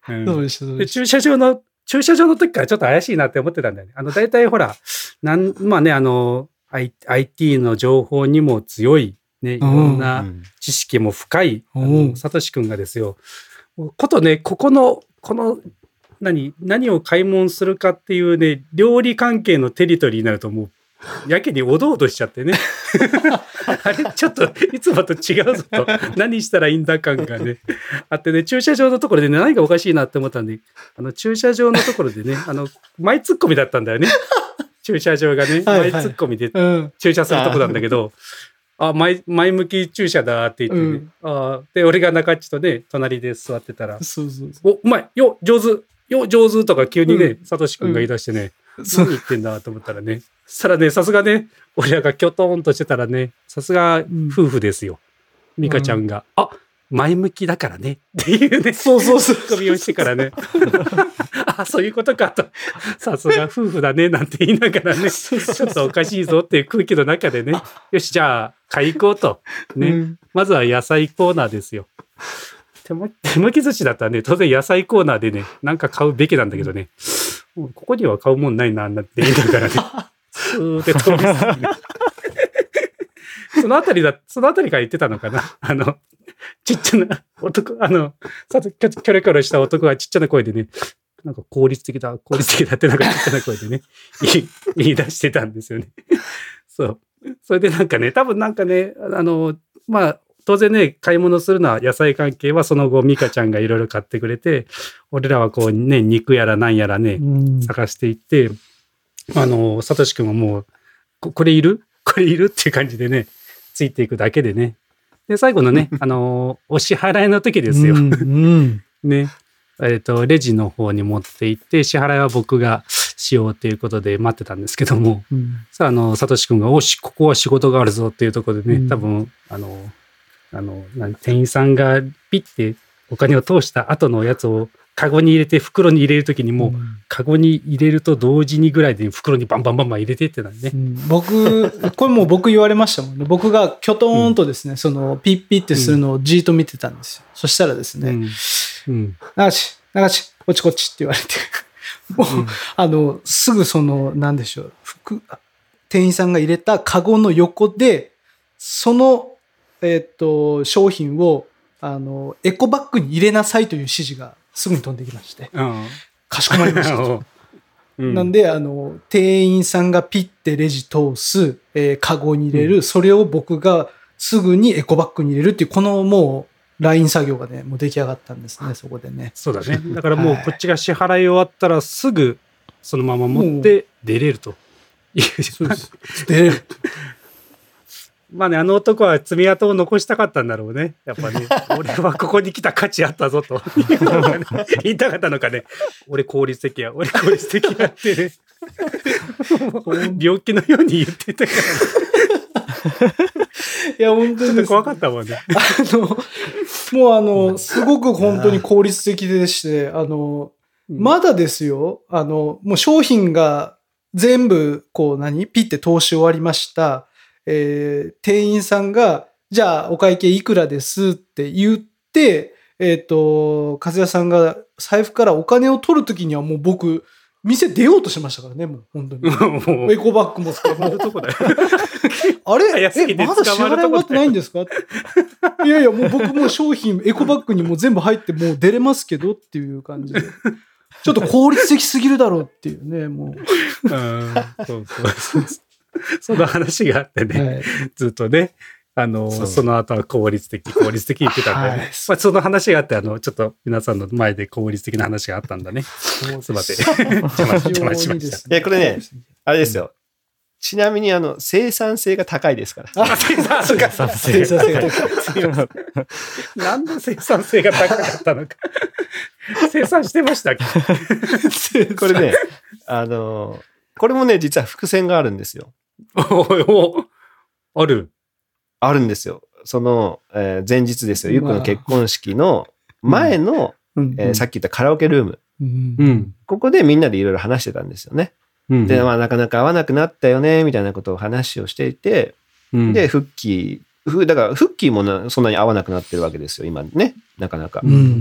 うんそうでした、そうででした。 駐車場の、駐車場の時からちょっと怪しいなって思ってたんだよね。あの、大体ほら、なん、まあね、あの、I、アイティー の情報にも強い、ね、いろんうなん知識も深い、あうんの、サトシ君がですよ、ことね、ここの、この、何、何を買い物するかっていうね、料理関係のテリトリーになるともう、やけにおどおどしちゃってね。あれちょっといつもと違うぞと、何したらいいんだ感がね、あってね、駐車場のところでね、何かおかしいなって思ったんで、あの、駐車場のところでね、あの、前突っ込みだったんだよね。駐車場がね、 はいはい前突っ込みでうん。 駐車するとこなんだけど、あ、前、前向き駐車だって言ってね。 うんあで、俺が中っちとね、隣で座ってたら、 そうそうそお、うまいよ上手よ上手とか急にねう、 サトシ君が言い出してね、 う。そう何言ってんだと思ったらね、そしたらね、さすがね、俺らがキョトンとしてたらね、さすが夫婦ですよ。ミカちゃんが、あ、前向きだからねっていうね、 そうそうそう。 ツッコミをしてからね、あ、そういうことかと、さすが夫婦だねなんて言いながらね、ちょっとおかしいぞっていう空気の中でね、よし、じゃあ買い行こうと。ね、 うんまずは野菜コーナーですよ。手も手巻き寿司だったらね、当然野菜コーナーでね、なんか買うべきなんだけどね、もうここには買うもんないな、なんて言いながらね、スーって通り過ぎてそのあたりだ、そのあたりから言ってたのかな。あの、ちっちゃな男、あの、さっきキョロキョロした男がちっちゃな声でね、なんか効率的だ、効率的だってなんかちっちゃな声でね、言い言い出してたんですよね。そう。それでなんかね、多分なんかね、あの、まあ、当然ね、買い物するのは野菜関係はその後、ミカちゃんがいろいろ買ってくれて、俺らはこうね、肉やらなんやらね、 うん探していって、あの、サトシ君はもう、ここれいるこれいるっていう感じでね、ついていくだけでね。で、最後のね、あの、お支払いの時ですよ。 うんうんね。えっと、レジの方に持って行って、支払いは僕がしようということで待ってたんですけども、 うんさあ、あの、サトシ君が、おし、ここは仕事があるぞっていうところでね、 うん多分、あの、あの、何店員さんがピッてお金を通した後のやつをカゴに入れて袋に入れるときにもう、 うんカゴに入れると同時にぐらいで袋にバンバンバンバン入れてってたんねう。ん僕、これもう僕言われましたもんね。僕がキョトーンとですね、そのピッピッってするのをじーっと見てたんですよ。そしたらですね、 うん。うん。 流し、流し、こっちこっちって言われて、もう、 うんあの、すぐその、なんでしょう、服、店員さんが入れたカゴの横で、その、えっと、商品を、あの、エコバッグに入れなさいという指示がすぐに飛んできまして、 うん。 かしこまりましたと。 うんなんで、あの、店員さんがピッてレジ通す、えーカゴに入れる、それを僕がすぐにエコバッグに入れるっていう、このもう、ライン作業がね、もう出来上がったんですね、そこでね。 そうだね。だからもうはいこっちが支払い終わったらすぐそのまま持って出れるという。 そうです。で、 まあね、あの男は爪痕を残したかったんだろうね。やっぱね、俺はここに来た価値あったぞというのがね言いたかったのかね。俺効率的や、俺効率的やってね。病気のように言ってたからね。 いや、本当にですちょっと怖かったもんね。 あの、もうあの、すごく本当に効率的でして、あの、まだですよ、あの、もう商品が全部、こう何ピッて通し終わりました。えー店員さんが、じゃあお会計いくらですって言って、えっ、と、和也さんが財布からお金を取るときにはもう僕、店出ようとしましたからね、もう本当に。 もうエコバッグも使って、もうどこだよ。 あれ早すぎてえまだ支払い終わってないんですかいやいや、もう僕もう商品、エコバッグにもう全部入ってもう出れますけどっていう感じで。ちょっと効率的すぎるだろうっていうね、もうんそうそうそう。その話があってう。 ね、 はい。 ずっとね、あの、 そうその後は効率的、効率的言ってたんだよね。 はいまあ、その話があって、あの、ちょっと皆さんの前で効率的な話があったんだね。すいません。邪魔邪魔しました。 いやこれねあれですよ。ちなみにあの生産性が高いですから。 あ、生産性が生産生産性が高い。 なんで生産性が高かったのか。生産してましたっけこれね、あの、これもね、実は伏線があるんですよ。 おいおある。 あるんですよ。その、えー前日ですよ。ゆっくまあの結婚式の前の、 うんえーさっき言ったカラオケルーム。 うんうん。 ここでみんなでいろいろ話してたんですよね。 うんで、まあ、なかなか会わなくなったよね、みたいなことを話をしていて、 うんで、フッキー、ふだからフッキーもなそんなに会わなくなってるわけですよ、今ね。なかなか。 うん。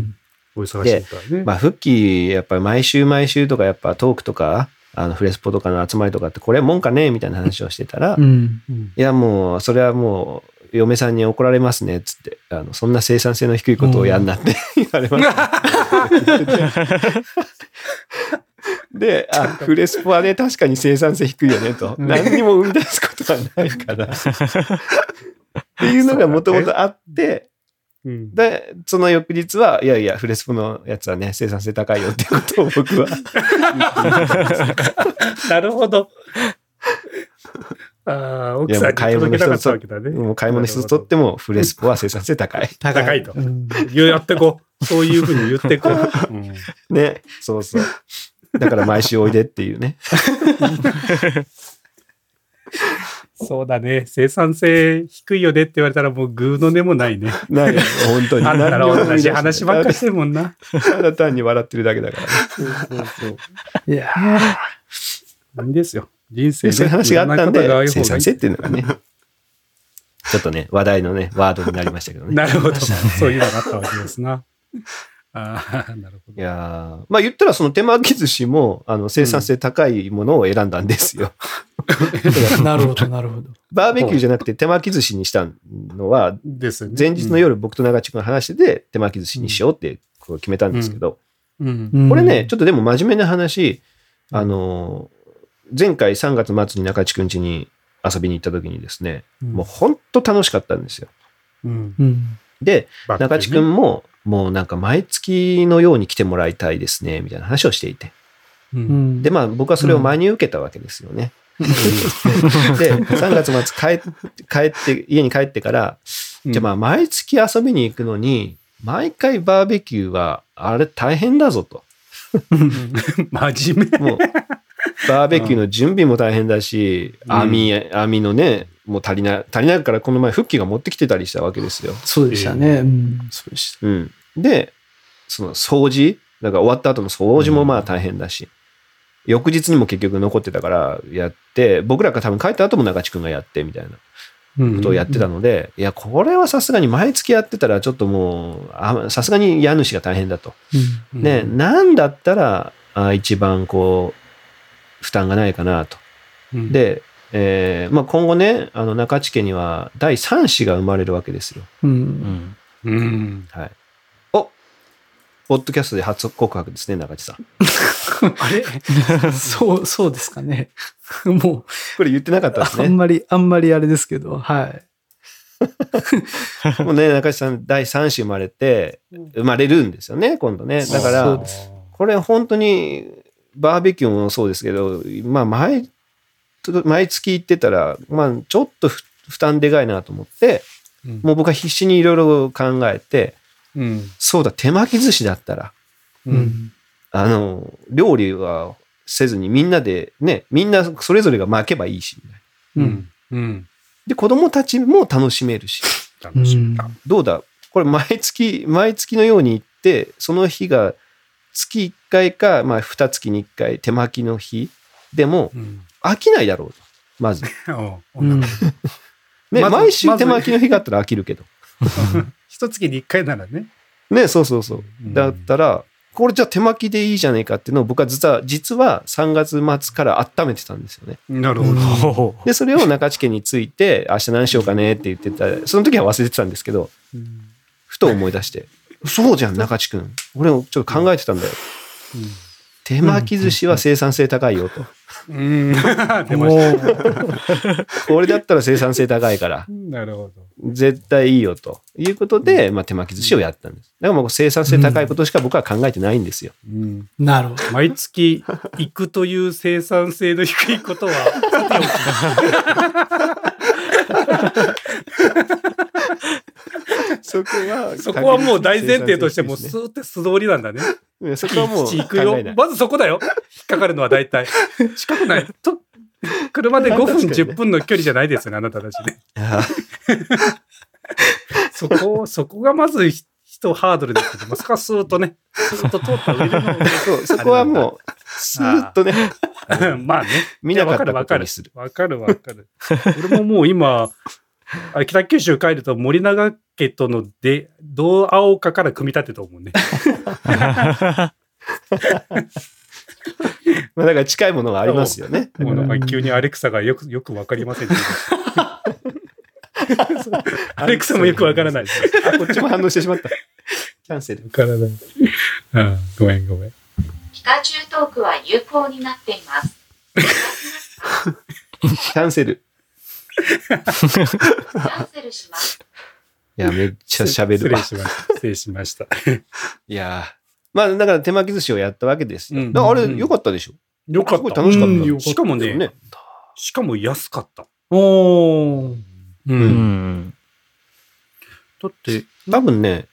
お忙しいからね。 まあ、復帰、やっぱり毎週毎週とか、やっぱトークとか、あの、フレスポとかの集まりとかって、これもんかねみたいな話をしてたら、 うん。 うんいや、もう、それはもう、嫁さんに怒られますね、つって、あの、そんな生産性の低いことをやんなって言われました。で、あ、フレスポはね、確かに生産性低いよね、と。何にも生み出すことはないから。っていうのがもともとあって、 うんで、その翌日は、いやいや、フレスポのやつはね、生産性高いよっていうことを僕はなるほど。ああ、奥さんに届けたかったわけだね。 もう買い物一つとっても、フレスポは生産性高い。 高いと。 うんやってこう。そういうふうに言ってこう。うんね、そうそう。だから毎週おいでっていうね。 そうだね。生産性低いよねって言われたらもうグーの音もないね。 ない、本当に。 あんたら同じ話ばっかりししてるもんな。 ただ単に笑ってるだけだからね。 そうそうそう。 いやいいんですよ。人生でそういう話があったんで、生生産性っていうのがね、ちょっとね、話題のね、ワードになりましたけどね。 なるほど。そういうのがあったわけですな。ああ、なるほど。 いやーまあ言ったらその手巻き寿司も、あの、生産性高いものを選んだんですよ。 ーなるほど、なるほど。 バーベキューじゃなくて手巻き寿司にしたのは、 ですね。 前日の夜僕と長地君が話してて、手巻き寿司にしようってこう決めたんですけど、 うん。 うんこれね、ちょっとでも真面目な話、あのー、前回さんがつ末に中地くん家に遊びに行った時にですね、 うんもう本当楽しかったんですよ。 うん。 うん。 で、 バックね中地くんも、もうなんか毎月のように来てもらいたいですね、みたいな話をしていて。 う。 うんん。 で、まあ僕はそれを真に受けたわけですよね。で、さんがつ末帰って、帰って、家に帰ってから、じゃあまあ毎月遊びに行くのに、毎回バーベキューは、あれ大変だぞと。 真面目。 もう、バーベキューの準備も大変だし、 うん網、網のね、もう足りない、足りないからこの前、フッキーが持ってきてたりしたわけですよ。 そうでしたね。うん。そうでした。 うん。で、その掃除、だから終わった後の掃除もまあ大変だし、翌日にも結局残ってたからやって、僕らが多分帰った後も中地君がやってみたいなことをやってたので、いや、これはさすがに毎月やってたらちょっともう、あさすがに家主が大変だと。 うん。 ね、なんだったら、あ一番こう、負担がないかなと。 うん、 で、えーまあ、今後ね、あの中地家にはだいさん子が生まれるわけですよ。 う。 うんん。 うん。 はい。おポッドキャストで初告白ですね、中地さん。 あれそう、そうですかね。もこれ言ってなかったですう、あんね。 まり、あんまりあれですけど、はい。 もうね、中地さんだいさん子生まれて、生まれるんですよね、今度ね。だからそうで、すこれ本当に、バーベキューもそうですけど、まあ、毎、毎月行ってたら、まあ、ちょっと負担でかいなと思って、 うんもう僕は必死にいろいろ考えて、 うん。 そうだ、手巻き寿司だったら、 う。 うんん。 あの、料理はせずにみんなでね、みんなそれぞれが巻けばいいし、 ううんん。 うん。 で、子供たちも楽しめるし、 楽しみだ。 どうだ、これ毎月、毎月のように行って、その日が月いっかいか、まあ、にがつにいっかい手巻きの日でもうん。 飽きないだろうと。まず。 おううん。 ね、 まず毎週まず手巻きの日があったら飽きるけど。 一月に一回ならね。 ね、そうそうそう。だったら、これじゃあ手巻きでいいじゃないかっていうのを僕は実は、実はさんがつ末から温めてたんですよね。 なるほど。 ほう。 で、それを中地家について、明日何しようかねって言ってた。その時は忘れてたんですけど、ふと思い出して、そうじゃん、中地君。俺もちょっと考えてたんだよ。手巻き寿司は生産性高いよと。 うん。出ました。 これだったら生産性高いから、 なるほど。 絶対いいよということで、まあ、手巻き寿司をやったんです。だからもう生産性高いことしか僕は考えてないんですよ。 うん。 なるほど。 毎月行くという生産性の低いことは、さてそこは、 そこはもう大前提としてもうスーって素通りなんだね。 ねそこはもう月行く考えない。。 よまずそこだよ。引っかかるのは大体。近くない。と車でごふん、 確かにねじゅっぷんの距離じゃないですよね、あなたたちね。 あそこ、そこがまず人ハードルですけど、まさかスーッとね、スーッと通った上での。 そうそこはもう、スーッとね、 まあね。 見なかったいやわかるわかることにする。 わかるわかる。俺ももう今、 あれ北九州帰ると森永家とのでどう会おうかから組み立てたもんね。 まあだから近いものがありますよね。 もうなんか急にアレクサがよくよくわかりませんけど。アレクサもよくわからない。 あ、こっちも反応してしまった。キャンセル。 わからない。ああ、ごめんごめん。 ピカチュウトークは有効になっています。 キャンセル。 キャンセルします。 いや、めっちゃ喋るわ。 失礼しました。失礼しました。 いやー。まあ、だから手巻き寿司をやったわけですよ。 うんだからあれ、良かったでしょ。 よかった。 すごい楽しかった。 うんしかもね、 ねしかも安かった。 おー。 う。 うんん。 だって、 多分ね、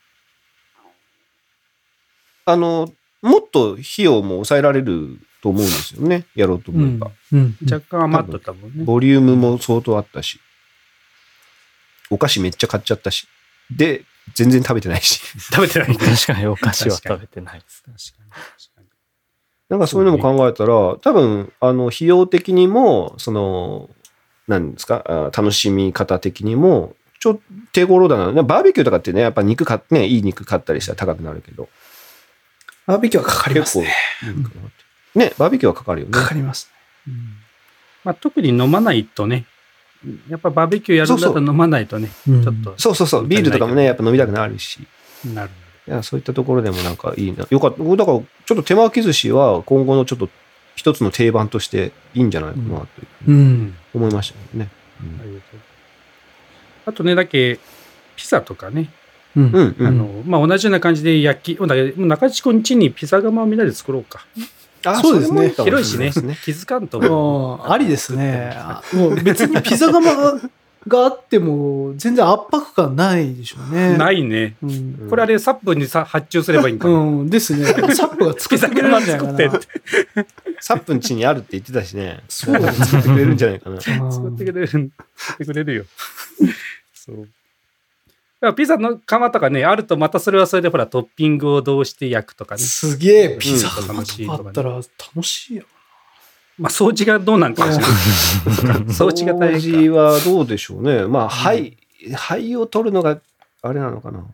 あの、もっと費用も抑えられると思うんですよね。やろうと思えば。 うん。 若干余っとったもんね。 ボリュームも相当あったし、お菓子めっちゃ買っちゃったし、で、全然食べてないし。 食べてない。 確かにお菓子は食べてないです。 確かに確かに。 なんかそういうのも考えたら、多分、あの、費用的にも、その、何ですか、あ楽しみ方的にも、ちょっと手頃だな。バーベキューとかってね、やっぱ肉買ってね、いい肉買ったりしたら高くなるけど。 バーベキューはかかりますね。 結構、ね、バーベキューはかかるよね。 かかりますね。 まあ、特に飲まないとね、やっぱバーベキューやるんだったら飲まないとね、 うんちょっと。 そうそうそう、ビールとかもね、やっぱ飲みたくなるし。 なるいや、そういったところでもなんかいいな。よかった。だから、ちょっと手巻き寿司は今後のちょっと一つの定番としていいんじゃないかなとうほど。 ん。 うん。 思いましたけどね。 ありがとうあとね、だけ、ピザとかね、 うん。 うん、うん。 あの、まあ、同じような感じで焼き、ほんだけど中地区ん家にピザ窯をみんなで作ろうか。 あそうですねそれも広いしねかもれないです、 気づかんと思う。 ああ、ありですね。あもう別にピザ窯ががあっても全然圧迫感ないでしょうね。。 ないいね。 うん。 これあれ、サップにさ発注すればいいんかな。 うん。ですね。サップが作ってくれるんじゃないかな。 ピザ窯作さんぷん家にあるって言ってたしね。 そうです作ってくれるんじゃないかな。 作ってくれる、作ってくれるよ。そう。だからピザの窯とかね、あるとまたそれはそれでほらトッピングをどうして焼くとかね。 すげえ、ピザうん窯とかあったら楽しいよ。 まあ掃除がどうなんかもしれない。掃除が大掃変か。 除はどうでしょうね。まあ、灰、灰を取るのがあれなのかな。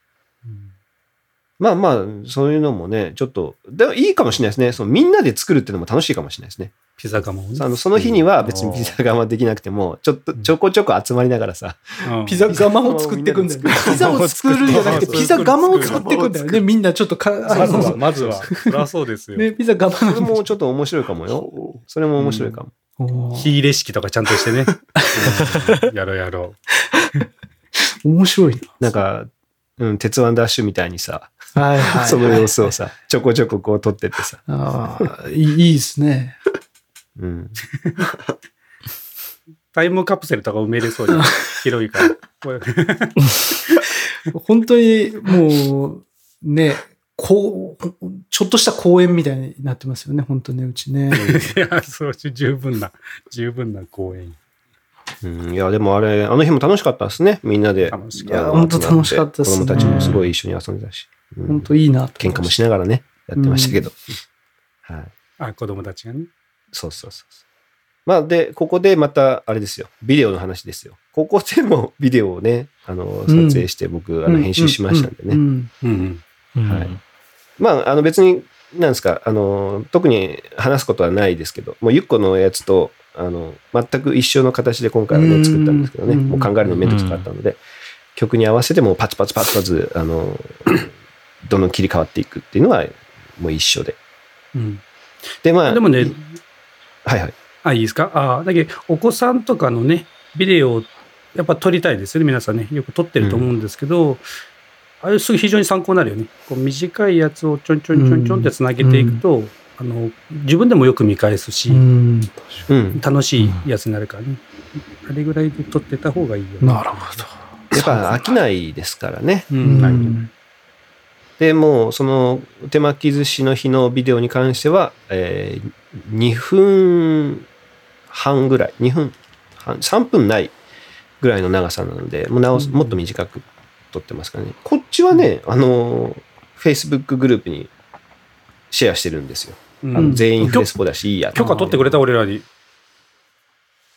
まあまあ、そういうのもね、ちょっと、でもいいかもしれないですね。そのみんなで作るっていうのも楽しいかもしれないですね。 ピザ窯をね。 あのその日には別にピザ窯できなくても、ちょっとちょこちょこ集まりながらさ、 うんピザ窯を作っていくんだよね。ピザを作るんじゃなくて、ピザ窯を作っていくんだよね。みんなちょっとか、 まずは、まずは。そりゃそうですよ。 ね、ピザ窯それなんもちょっと面白いかもよ。それも面白いかも。 だ。 火入れ式とかちゃんとしてね。うんやろうやろ面白いなんか、うん、鉄腕ダッシュみたいにさ、 な。はいはい。 その様子をさ、ちょこちょここう撮ってってさ。 ああ、いいいいですね。 うん。 う。タイムカプセルとか埋めれそうじゃん。広いから。これ本当にもう、ね、こう、ちょっとした公園みたいになってますよね、本当ね、うちね。 いや、そう、十分な、十分な公演。 うん、いや、でもあれ、あの日も楽しかったですね、みんなで。 楽しかったあの本当楽しかったっすね子供たちもすごい一緒に遊んでたし。うん本当いいなと喧嘩もしながらね、やってましたけど。はい。 あ、子供たちがね。 そうそうそうそう。まあ、で、ここでまた、あれですよ、ビデオの話ですよ。ここでもビデオをね、あの、撮影して僕、あの、編集しましたんでね。 うんうんうんはいまあ、あの別に、なんですか、あの、特に話すことはないですけど、もうゆっこのやつと、あの、全く一緒の形で今回はね、 うん作ったんですけどね、 うんもう考えるのめんどくさかったので、曲に合わせてもうパツパツパツパツ、あの、どんどん切り替わっていくっていうのは、もう一緒で。 うん。 で、まあ、 でもね、 はいはい。 あ、いいですかあだけど、お子さんとかのね、ビデオをやっぱ撮りたいですよね、皆さんね。よく撮ってると思うんですけど、あれすぐ非常に参考になるよね。こう短いやつをちょんちょんちょんちょんってつなげていくと、あの、自分でもよく見返すし、 うん。 うん。 楽しいやつになるからね。あれぐらいで撮ってた方がいいよね。 なるほど。 やっぱ飽きないですからね。 う、 うんなるほどん。 で、もうその手巻き寿司の日のビデオに関しては、えー、にふんはんぐらい、にふんはん、さんぷんないぐらいの長さなので、もうなおもっと短く撮ってますからね。こっちはね、あの、Facebook グループにシェアしてるんですよ。 うんあの全員フレスポだし、いいやと。 許可取ってくれた俺らに。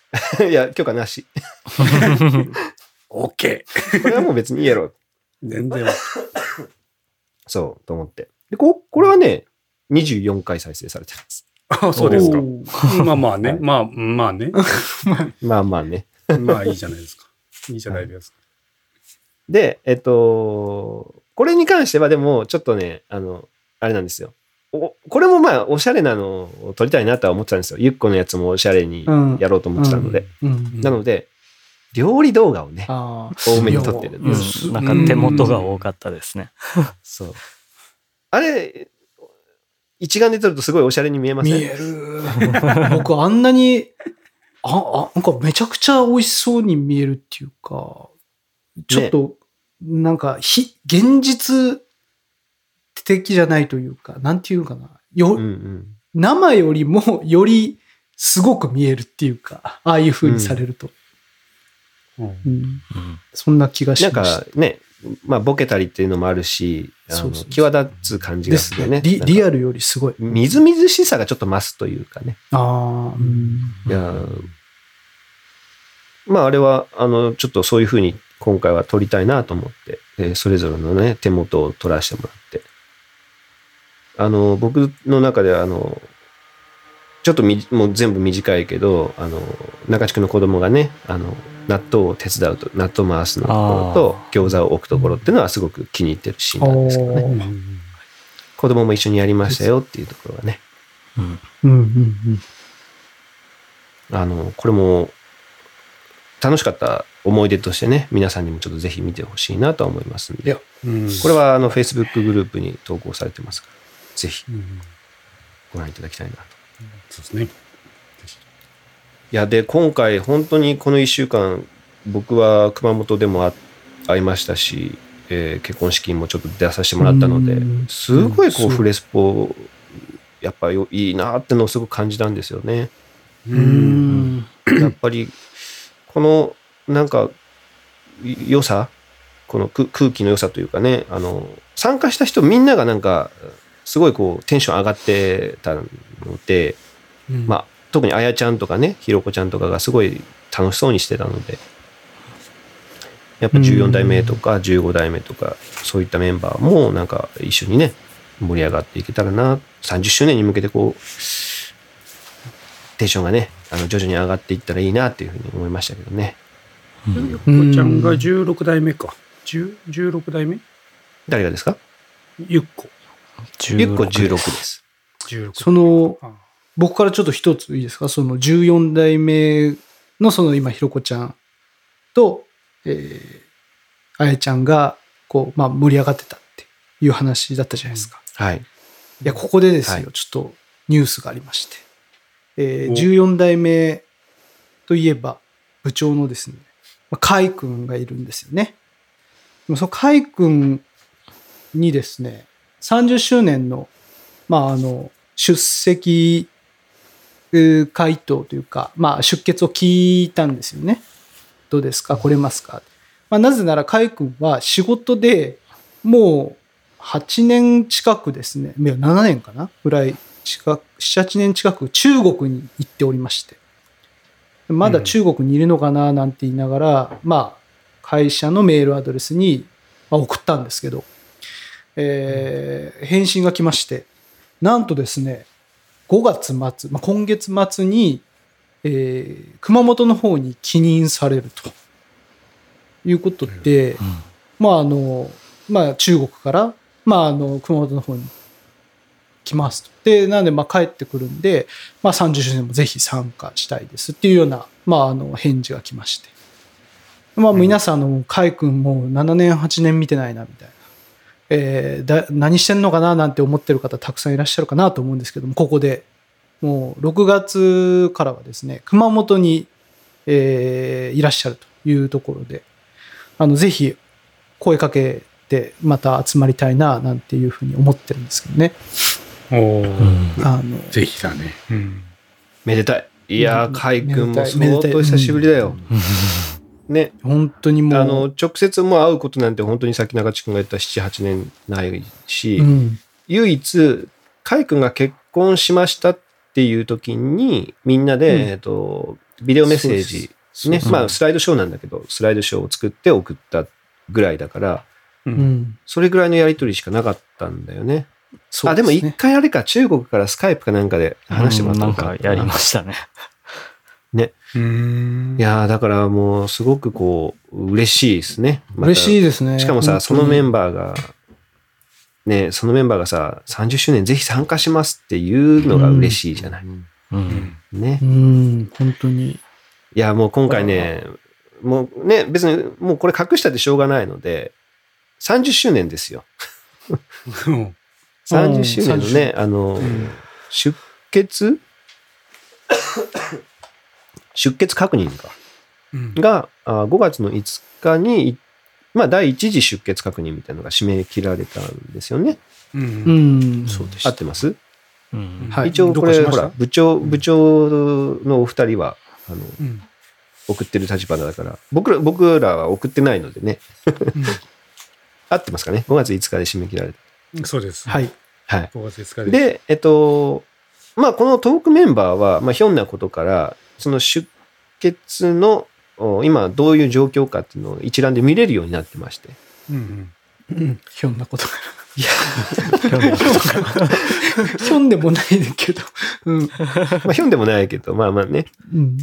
いや、許可なし。 オッケこれはもう別にいいやろ。 ー。全然。 そう、と思って。で、こ、これはね、にじゅうよんかい再生されてます。 あ、そうですか。 おーまあまあね。 はいまあ、まあね。 まあまあね。 まあいいじゃないですか。いいじゃないですか。 で、えっと、これに関してはでも、ちょっとね、あの、あれなんですよ。おこれもまあ、おしゃれなのを撮りたいなとは思ってたんですよ。ゆっこのやつもおしゃれにやろうと思ってたので。 うん。 なので、料理動画をね、 ああ。 多めに撮ってるんうです。 ん、なんか手元が多かったですね。 そう。あれ、一眼で撮るとすごいおしゃれに見えません？ 見える。僕あんなに、あ、あ、なんかめちゃくちゃ美味しそうに見えるっていうか、ちょっと、なんか、非、現実的じゃないというか、なんていうかな。よ、 うんうん。 生よりもよりすごく見えるっていうか、ああいう風にされると。 うんうんうんそんな気がしなんました。 かね、まあ、ボケたりっていうのもあるし、あのそうそうそう際立つ感じがですすね。 るよね。 リなんかリアルよりすごい。 みずみずしさがちょっと増すというかね。 ああ、うん。 いやーまああれは、あの、ちょっとそういうふうに今回は撮りたいなと思って、えーそれぞれのね、手元を撮らせてもらって。あの、僕の中では、あの、ちょっとみもう全部短いけど、あの、中地区の子供がね、あの、納豆を手伝うと、納豆回すのところと餃子を置くところっていうのはすごく気に入ってるシーンなんですけどね。 おーうん子供も一緒にやりましたよっていうところはね。 うんうんうんあの、これも楽しかった思い出としてね、皆さんにもちょっとぜひ見てほしいなとは思いますんで。 いや、うんこれはあの Facebook グループに投稿されてますから、ぜひうんご覧いただきたいなと。 そうですね。 いや、で、今回本当にこのいっしゅうかん、僕は熊本でもあ会いましたし、えー結婚式もちょっと出させてもらったのでうん、 すごいこうんうフレスポ、やっぱよいいなってのをすごく感じたんですよね。 ううんん。 やっぱり、このなんか良さ、この空空気の良さというかね、あの、参加した人みんながなんか、すごいこうテンション上がってたので、まあ、特にあやちゃんとかね、ひろこちゃんとかがすごい楽しそうにしてたので、やっぱじゅうよん代目とかじゅうご代目とか、そういったメンバーもなんか一緒にね、盛り上がっていけたらな、さんじゅっしゅうねんに向けてこう、テンションがね、あの徐々に上がっていったらいいなっていうふうに思いましたけどね。 うんよこちゃんがじゅうろく代目か。じゅうじゅうろく代目誰がですか？ ゆっこ。 ゆっこじゅうろくです。 じゅうろく。 その、 あ僕からちょっと一ついいですか？そのじゅうよん代目のその今ひろこちゃんと、えー、あやちゃんがこう、まあ、盛り上がってたっていう話だったじゃないですか。 はい。 いや、ここでですよ、 はいちょっとニュースがありまして。えー、 おじゅうよん代目といえば部長のですね、まあ、カイ君がいるんですよね。でもそのカイ君にですね、さんじゅっしゅうねんの、まあ、あの、出席回答というか、まあ、出欠を聞いたんですよね。どうですか？来れますか？まあ、なぜなら、カイ君は仕事でもうはちねん近くですね、いやななねんかなぐらい近く、なな、はちねん近く中国に行っておりまして、まだ中国にいるのかななんて言いながら、まあ、会社のメールアドレスにまあ送ったんですけど、えー返信が来まして、なんとですね、ごがつ末、まあ、今月末に、えー熊本の方に帰任されるということで、まああのまあ、中国から、まあ、あの熊本の方に来ますと。で、なのでまあ帰ってくるんで、まあ、さんじゅっしゅうねんもぜひ参加したいですっていうような、まあ、あの返事が来まして、まあ、皆さんのカイ君もうななねんはちねん見てないなみたいな、えーだ何してんのかななんて思ってる方たくさんいらっしゃるかなと思うんですけども、ここでもうろくがつからはですね、熊本に、えーいらっしゃるというところで、あのぜひ声かけてまた集まりたいななんていうふうに思ってるんですけどね。 おーあのぜひだね。うん。 めでたい。いやー、カイ君もめでたい相当久しぶりだよ。ね。 本当にもう、 あの、直接もう会うことなんて本当にさっき中地君が言ったなな、はちねんないし、 うん唯一、カイ君が結婚しましたっていう時に、みんなで、 うんえっと、 ビデオメッセージ、ね、 そうまあスライドショーなんだけど、スライドショーを作って送ったぐらいだから、 う。 うんん。 それぐらいのやりとりしかなかったんだよね。あ、でも一そうですね。 回あれか、中国からスカイプかなんかで話してもらったなんのかかやりましたね。 ね。 うーん。 いやーだからもうすごくこう、嬉しいですね。また嬉しいですね。 しかもさ、そのメンババーが、ね、そのメンバーがさ、さんじゅっしゅうねんぜひ参加しますっていうのが嬉しいじゃない。 うん。 ねう。ん、本当に。 いや、もう今回ね、もうね、別にもうこれ隠したってしょうがないので、さんじゅっしゅうねんですよ。 うんさんじゅっしゅうねんのね、あの、出血出血確認か。 うんがあごがつのいつかに、まあ、第一次出血確認みたいなのが締め切られたんですよね。 う。 うんん、そうでした。 合ってます、 うん。 はい一応これ、 どうかしましたほら、部長、部長のお二人は、あの、 うん送ってる立場だから、僕ら、僕らは送ってないのでね。合ってますかね ?ご 月いつかで締め切られた。 うんそうです。 はい。 はい。 ごがついつかです。 で、えっと、まあ、このトークメンバーは、まあ、ひょんなことから、その出血の、お今どういう状況かっていうのを一覧で見れるようになってまして。 うんうん、ひょんなことが。いや、ひょんでもないねんけど。うん。 まあ、ひょんでもないけど、まあまあね。 うん。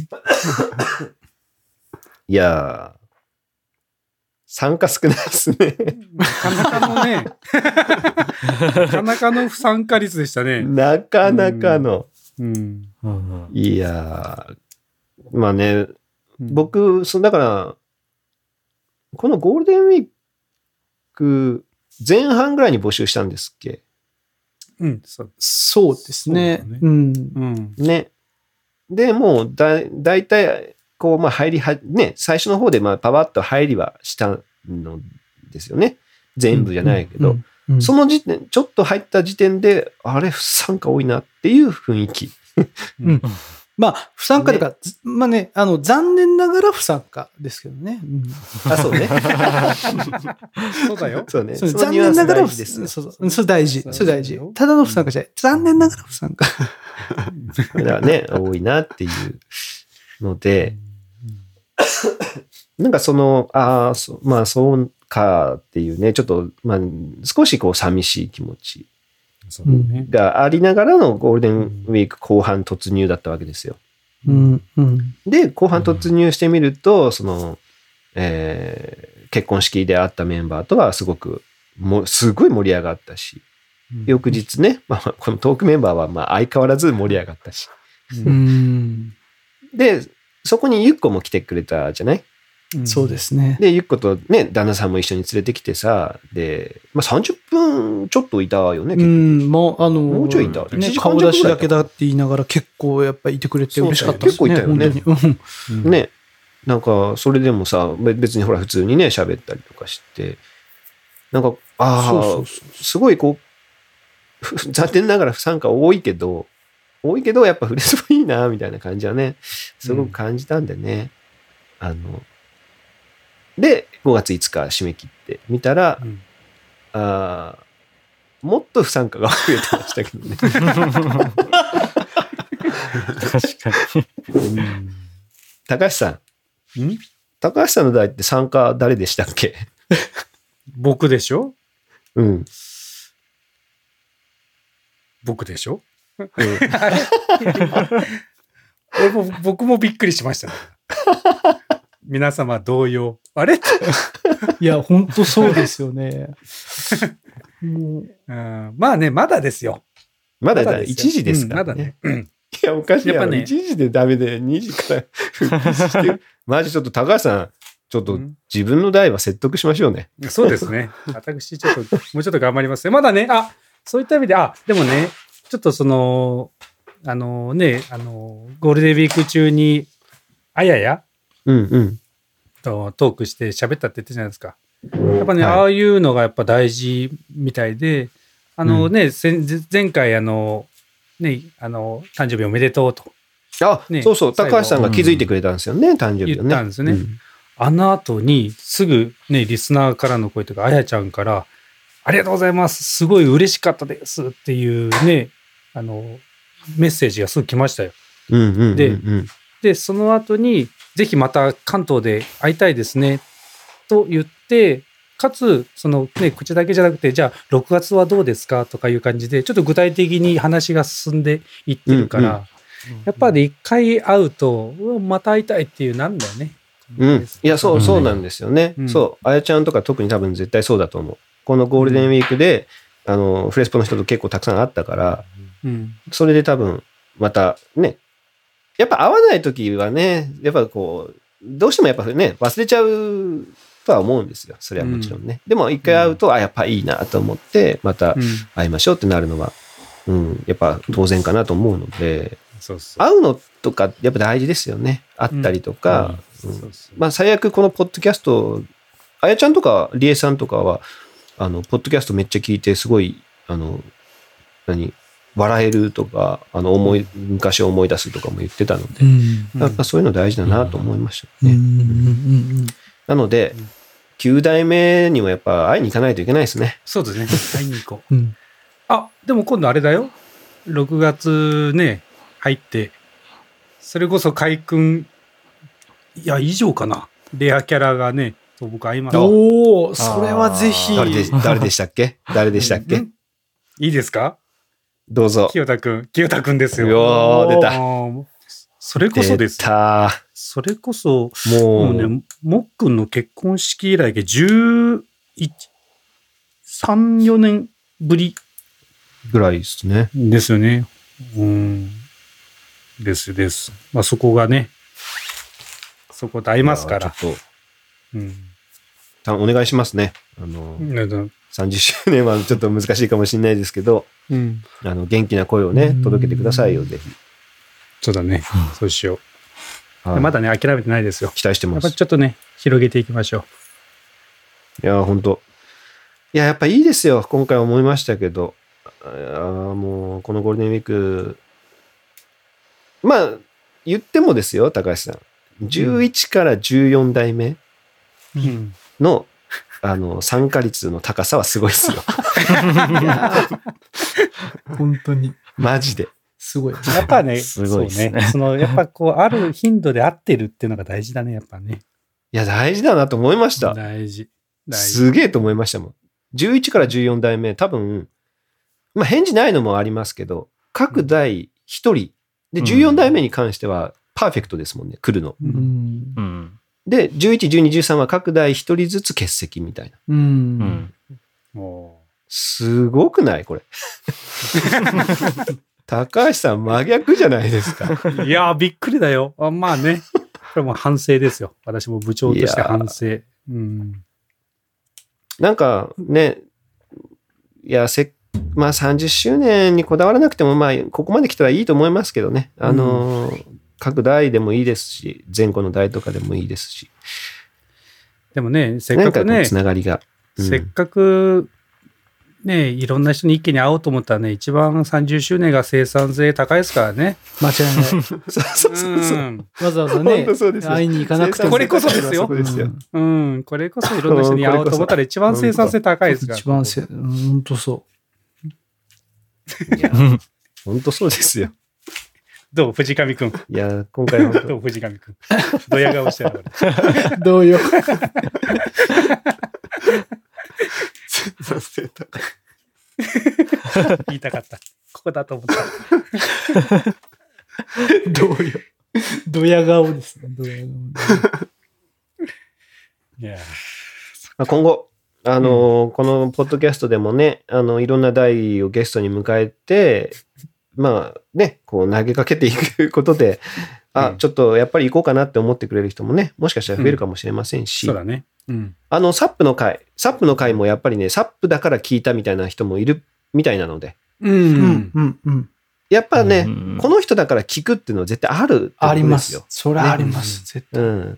いやー、参加少ないですね。 なかなかのね、なかなかの不参加率でしたね。 なかなかの。 うん。 うん。 いやー、まあね、 うん、 僕、そのだから、このゴールデンウィーク前半ぐらいに募集したんですっけうん、そう。 そうですね。 そうだねうん。 うん。 ね。で、もうだ、だいたい、こう、まあ入りは、ね、最初の方で、まあ、パワッと入りはしたのですよね。全部じゃないけど、 うんうんその時点、ちょっと入った時点で、あれ、不参加多いなっていう雰囲気。 うんまあ、不参加というか、ずまあね、あの、残念ながら不参加ですけどね。うんあ、そうね。 そうだよ。 そうね。 そうそのニュアンス残念ながら不大事ですよ。 そうそう、それ大事。それ大事そう。 ただの不参加じゃない。残念ながら不参加。 だからね、多いなっていうので、なんかその、ああ、そうまあそうかっていうね、ちょっと、まあ少しこう寂しい気持ちそうだね。 がありながらのゴールデンウィーク後半突入だったわけですよ。 うん、うん。 で、後半突入してみると、その、えー結婚式で会ったメンバーとはすごく、もうすごい盛り上がったし、翌日ね、まあ、このトークメンバーはまあ相変わらず盛り上がったし。 う。 うんん。 で、そこにゆっこも来てくれたじゃないそうですね。 で、ゆっことね、旦那さんも一緒に連れてきてさ、で、まあさんじゅっぷんちょっといたよね、 う結構ん、もう、あの、 もうちょいいたね一時間顔出しだけだ弱ぐらいって言いながら結構やっぱいてくれて嬉しかったですね。 そうだよね結構いたよね本当にね。なんか、それでもさ、べ別にほら普通にね、喋ったりとかして、なんか、あそうそうあ、すごいこう、ふ残念ながら不参加多いけど、多いけど、やっぱフレスポいいな、みたいな感じはね、すごく感じたんでね。あの、で、ごがついつか締め切ってみたら、 うんあーもっと不参加が増えてましたけどね。 確かに。 高橋さん。 ん高橋さんの代って参加誰でしたっけ？ 僕でしょうん。 僕でしょうん俺も僕もびっくりしましたね。皆様同様。あれいや、本当そうですよね。もううんまあね、まだですよ。 まだまだですよいちじですからうんまだねね。。うんいや、おかしいやろ。 やっぱねいちじでダメでにじから復帰してる。マジちょっと高橋さん、ちょっとうん自分の代は説得しましょうね。 そうですね。私、ちょっと、もうちょっと頑張りますね。まだね、あ、そういった意味で、あ、でもね、ちょっとその、あのね、あの、ゴールデンウィーク中に、あややうんうん。 とトークして喋ったって言ってたじゃないですか。やっぱね、 はいああいうのがやっぱ大事みたいで、あのね、先前回、あの、ね、あの、誕生日おめでとうとあ、 ねそうそう。 最後高橋さんが気づいてくれたんですよね、誕生日をね。 言ったんですねうんあの後に、すぐね、リスナーからの声とか、あやちゃんから、ありがとうございます。すごい嬉しかったですっていうね、あの、メッセージがすぐ来ましたよ。 うんうんうんうん。 でで、その後に、ぜひまた関東で会いたいですね、と言って、かつ、そのね、口だけじゃなくて、じゃあ、ろくがつはどうですかとかいう感じで、ちょっと具体的に話が進んでいってるから、 うんうんやっぱり一回会うと、うわまた会いたいっていうなんだよね。 うん。いや、そう、そうなんでですよね。 うんそう。あやちゃんとか特に多分絶対そうだと思う。このゴールデンウィークで、あの、フレスポの人と結構たくさん会ったから、 す。うん。 それで多分、またね、やっぱ会わない時はね、やっぱこう、どうしてもやっぱね、忘れちゃうとは思うんですよ。それはもちろんね。でも一回会うと、あ、やっぱいいなと思って、またうん。 会いましょうってなるのは、うん、やっぱ当然かなと思うので、 そうそう。 会うのとかやっぱ大事ですよね。会ったりとか。うんそうそうまあ最悪このポッドキャスト、あやちゃんとかりえさんとかは、あの、ポッドキャストめっちゃ聞いて、すごい、あの、何、笑えるとか、あの、思い、昔を思い出すとかも言ってたので、 うんやっぱそういうの大事だなと思いましたね。 うんうんなので、きゅう代目にもやっぱ会いに行かないといけないですね。 そうですね。会いに行こう。 うんあ、でも今度あれだよ。ろくがつね、入って、それこそ海君、いや、以上かな。レアキャラがね、と僕会います。 おお、それはぜひ。 誰で、誰でしたっけ誰でしたっけんいいですかどうぞ。 清田くん。清田くんですよ。 よー、出た。 あーそれこそです出。た。 それこそ、 もう、 もうね、もっくんの結婚式以来でじゅういち、さん、よねんぶりぐらいですね。 ですよね。うん。ですです。まあそこがね、そこで会いますから。 ちょっと、 うん。 たお願いしますね。あの、 うん。 さんじゅっしゅうねんはちょっと難しいかもしれないですけど、 うん。 あの、元気な声をね、届けてくださいよ、ぜひ。 そうだね。そうしよう。 はいまだね、諦めてないですよ。 期待してやっぱます。 ちょっとね、広げていきましょいや、本当いや、やっぱいいですよ。今回思いましたけど。あーもう、このゴールデンウィーク、まあ、言ってもですよ、高橋さん。じゅういちからじゅうよん代目う。うん。 の、あの、参加率の高さはすごいですよ。 本当に。 マジで。 すごい。 やっぱね、 すごいですねそうね。その、やっぱこう、ある頻度で合ってるっていうのが大事だね、やっぱね。 いや、大事だなと思いました。 大事。大事。 すげえと思いましたもん。じゅういちからじゅうよん代目、多分、まあ返事ないのもありますけど、各代ひとり。で、じゅうよん代目に関しては、パーフェクトですもんね、来るの。 うんう。ん。 で、じゅういち、じゅうに、じゅうさんは各代ひとりずつ欠席みたいな。 う。 うんん。 もすごくないこれ。高橋さん真逆じゃないですか。 ういやー、びっくりだよ。あまあね。これもう反省ですよ。私も部長として反省。うん。 なんかね、いや、せまあさんじゅっしゅうねんにこだわらなくても、まあここまで来たらいいと思いますけどね。あのー、各代でもいいですし、前後の代とかでもいいですし。 でもね、せっなんかこう、 かくね、 つながりが。うんせっかく、ね、いろんな人に一気に会おうと思ったらね、一番さんじゅっしゅうねんが生産性高いですからね。 間違いない。 そうそうそうそう。 ん。 わざわざ本ね当そうです、よ会いに行かなくても。 これこそですよそこですよ。 うん。これこそいろんな人に会おうと思ったら一番生産性高いですから。 一番せ、本当そいや、本当そうですよ。 どう藤上くん。 いや、今回本ど当う藤上くん。ドヤ顔してる俺。 う。どうよ。 言いたかった。ここだと思った。 どうよ。ドヤ顔ですね。ドヤ顔。 いやまあ今後、あのーこのポッドキャストでもね、あの、いろんな題をゲストに迎えて、まあね、こう投げかけていくことで、あ、 うんちょっとやっぱり行こうかなって思ってくれる人もね、もしかしたら増えるかもしれませんし、 そうだね。うん。 あの、サップの回、サップの回もやっぱりね、サップだから聞いたみたいな人もいるみたいなので、 ううん。うん。うん。 やっぱね、 うんこの人だから聞くっていうのは絶対あるってことありまですよす。。それはあります。絶対。 うん。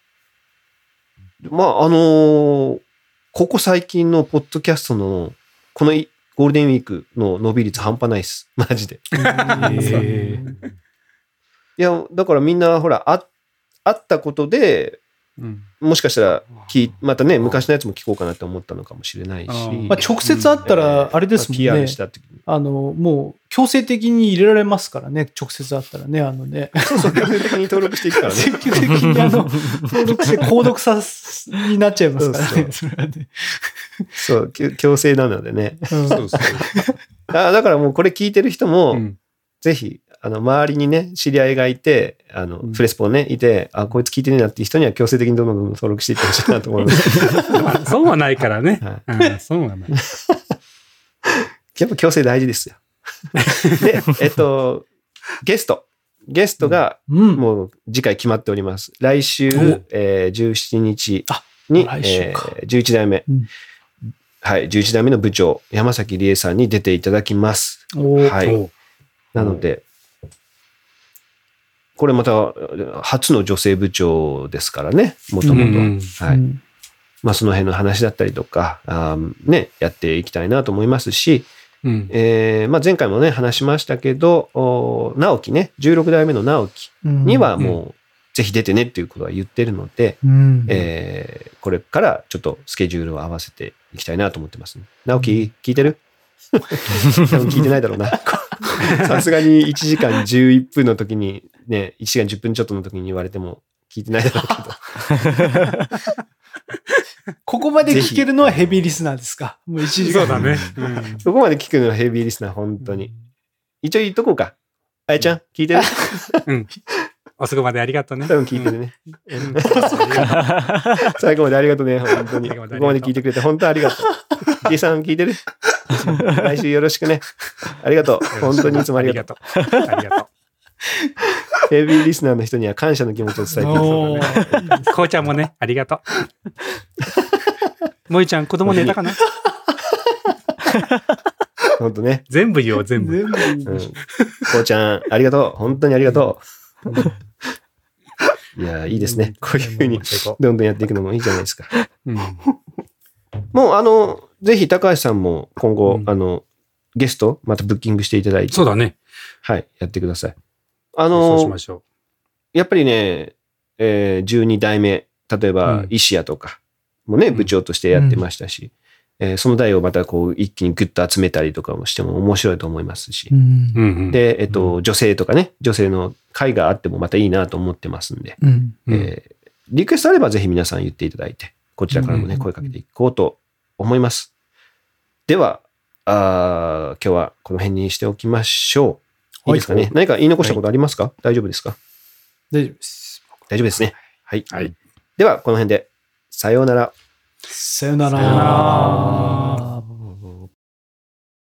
まあ、あのーここ最近のポッドキャストの、このいゴールデンウィークの伸び率半端ないっす。マジで。 えいや、だからみんな、ほら、あ、会ったことで、 うん。 もしかしたら聞い、またね、昔のやつも聞こうかなって思ったのかもしれないし。 あーまあ、直接会ったら、あれですもんピーアールねし。た時に。 あの、もう、 強制的に入れられますからね、直接あったらね、あのね。 そうそう、強制的に登録していくからね。 積極的にあの、登録して購読さす、になっちゃいますからね。それはね。 そう、き強制なのでね。 うんそうそう。 あだからもうこれ聞いてる人も、 うんぜひ、あの、周りにね、知り合いがいて、あの、 うんフレスポね、いて、あ、こいつ聞いてねえなっていう人には強制的にどんどんどんどん登録していってほしいなと思います。 損はないからね。 はうん、損はない。 やっぱ強制大事ですよ。で、えっと、ゲスト。ゲストが、 うん。 もう次回決まっております。来週お、 えー、じゅうしちにちあに、 来週かえーじゅういち代目、 うんはい、じゅういち代目の部長、山崎理恵さんに出ていただきます。 おーはい。 おなので、これまた初の女性部長ですからね、もともと。 うんうんはい。 うんまあその辺の話だったりとか、あーね、やっていきたいなと思いますし、 うんえーまあ前回もね、話しましたけど、お直樹ね、じゅうろく代目の直樹にはもう、ぜひ出てねっていうことは言ってるので、 うんえーこれからちょっとスケジュールを合わせていきたいなと思ってます、ね。直樹、聞いてる多分聞いてないだろうな。さすがにいちじかんじゅういっぷんの時に、ね、いちじかんじゅっぷんちょっとの時に言われても聞いてないだろうけど。 ここまで聞けるのはヘビーリスナーですか？もういちじかん。 そうだね。うんそこまで聞くのはヘビーリスナー、本当に。一応言っとこうか。あやちゃん、聞いてるうん。あそこまでありがとうね。 多分聞いてるね。最後までありがとうね、本当に。こ最後までありがとうこまで聞いてくれて本当ありがとう。D さん聞いてる来週よろしくね。ありがとう。本当にいつもありがとう。 ありがとう。ありがとヘビーリスナーの人には感謝の気持ちを伝えていくおーう。こうちゃんもね、ありがとう。もいちゃん、子供寝たかな本当ね。 全部言おう、全部。 全部いいうん。こうちゃん、ありがとう。本当にありがとう。いや、いいですね。こういうふうに最高どんどんやっていくのもいいじゃないですか。 うんもう、あの、ぜひ高橋さんも今後、 うんあの、ゲスト、またブッキングしていただいて、 そうだね。 はい、やってください。あのそうしま、しょやっぱりね、えー、じゅうに代目、例えばうん、 石谷とかもね、 うん部長としてやってましたし、えーその代をまたこう、一気にグッと集めたりとかもしても面白いと思いますし、 うんう。うんうん、 で、えっと、女性とかね、女性の会があってもまたいいなと思ってますんで、 うん。 うんえーリクエストあればぜひ皆さん言っていただいて、こちらからもね、 うん声かけていこうと思います。では、あー今日はこの辺にしておきましょう。いいですかね。 はい何か言い残したことありますか、大丈夫ですか？ 大丈夫です。 大丈夫ですね。はい。 はい。 では、この辺で、さようなら。 さよなさよなら。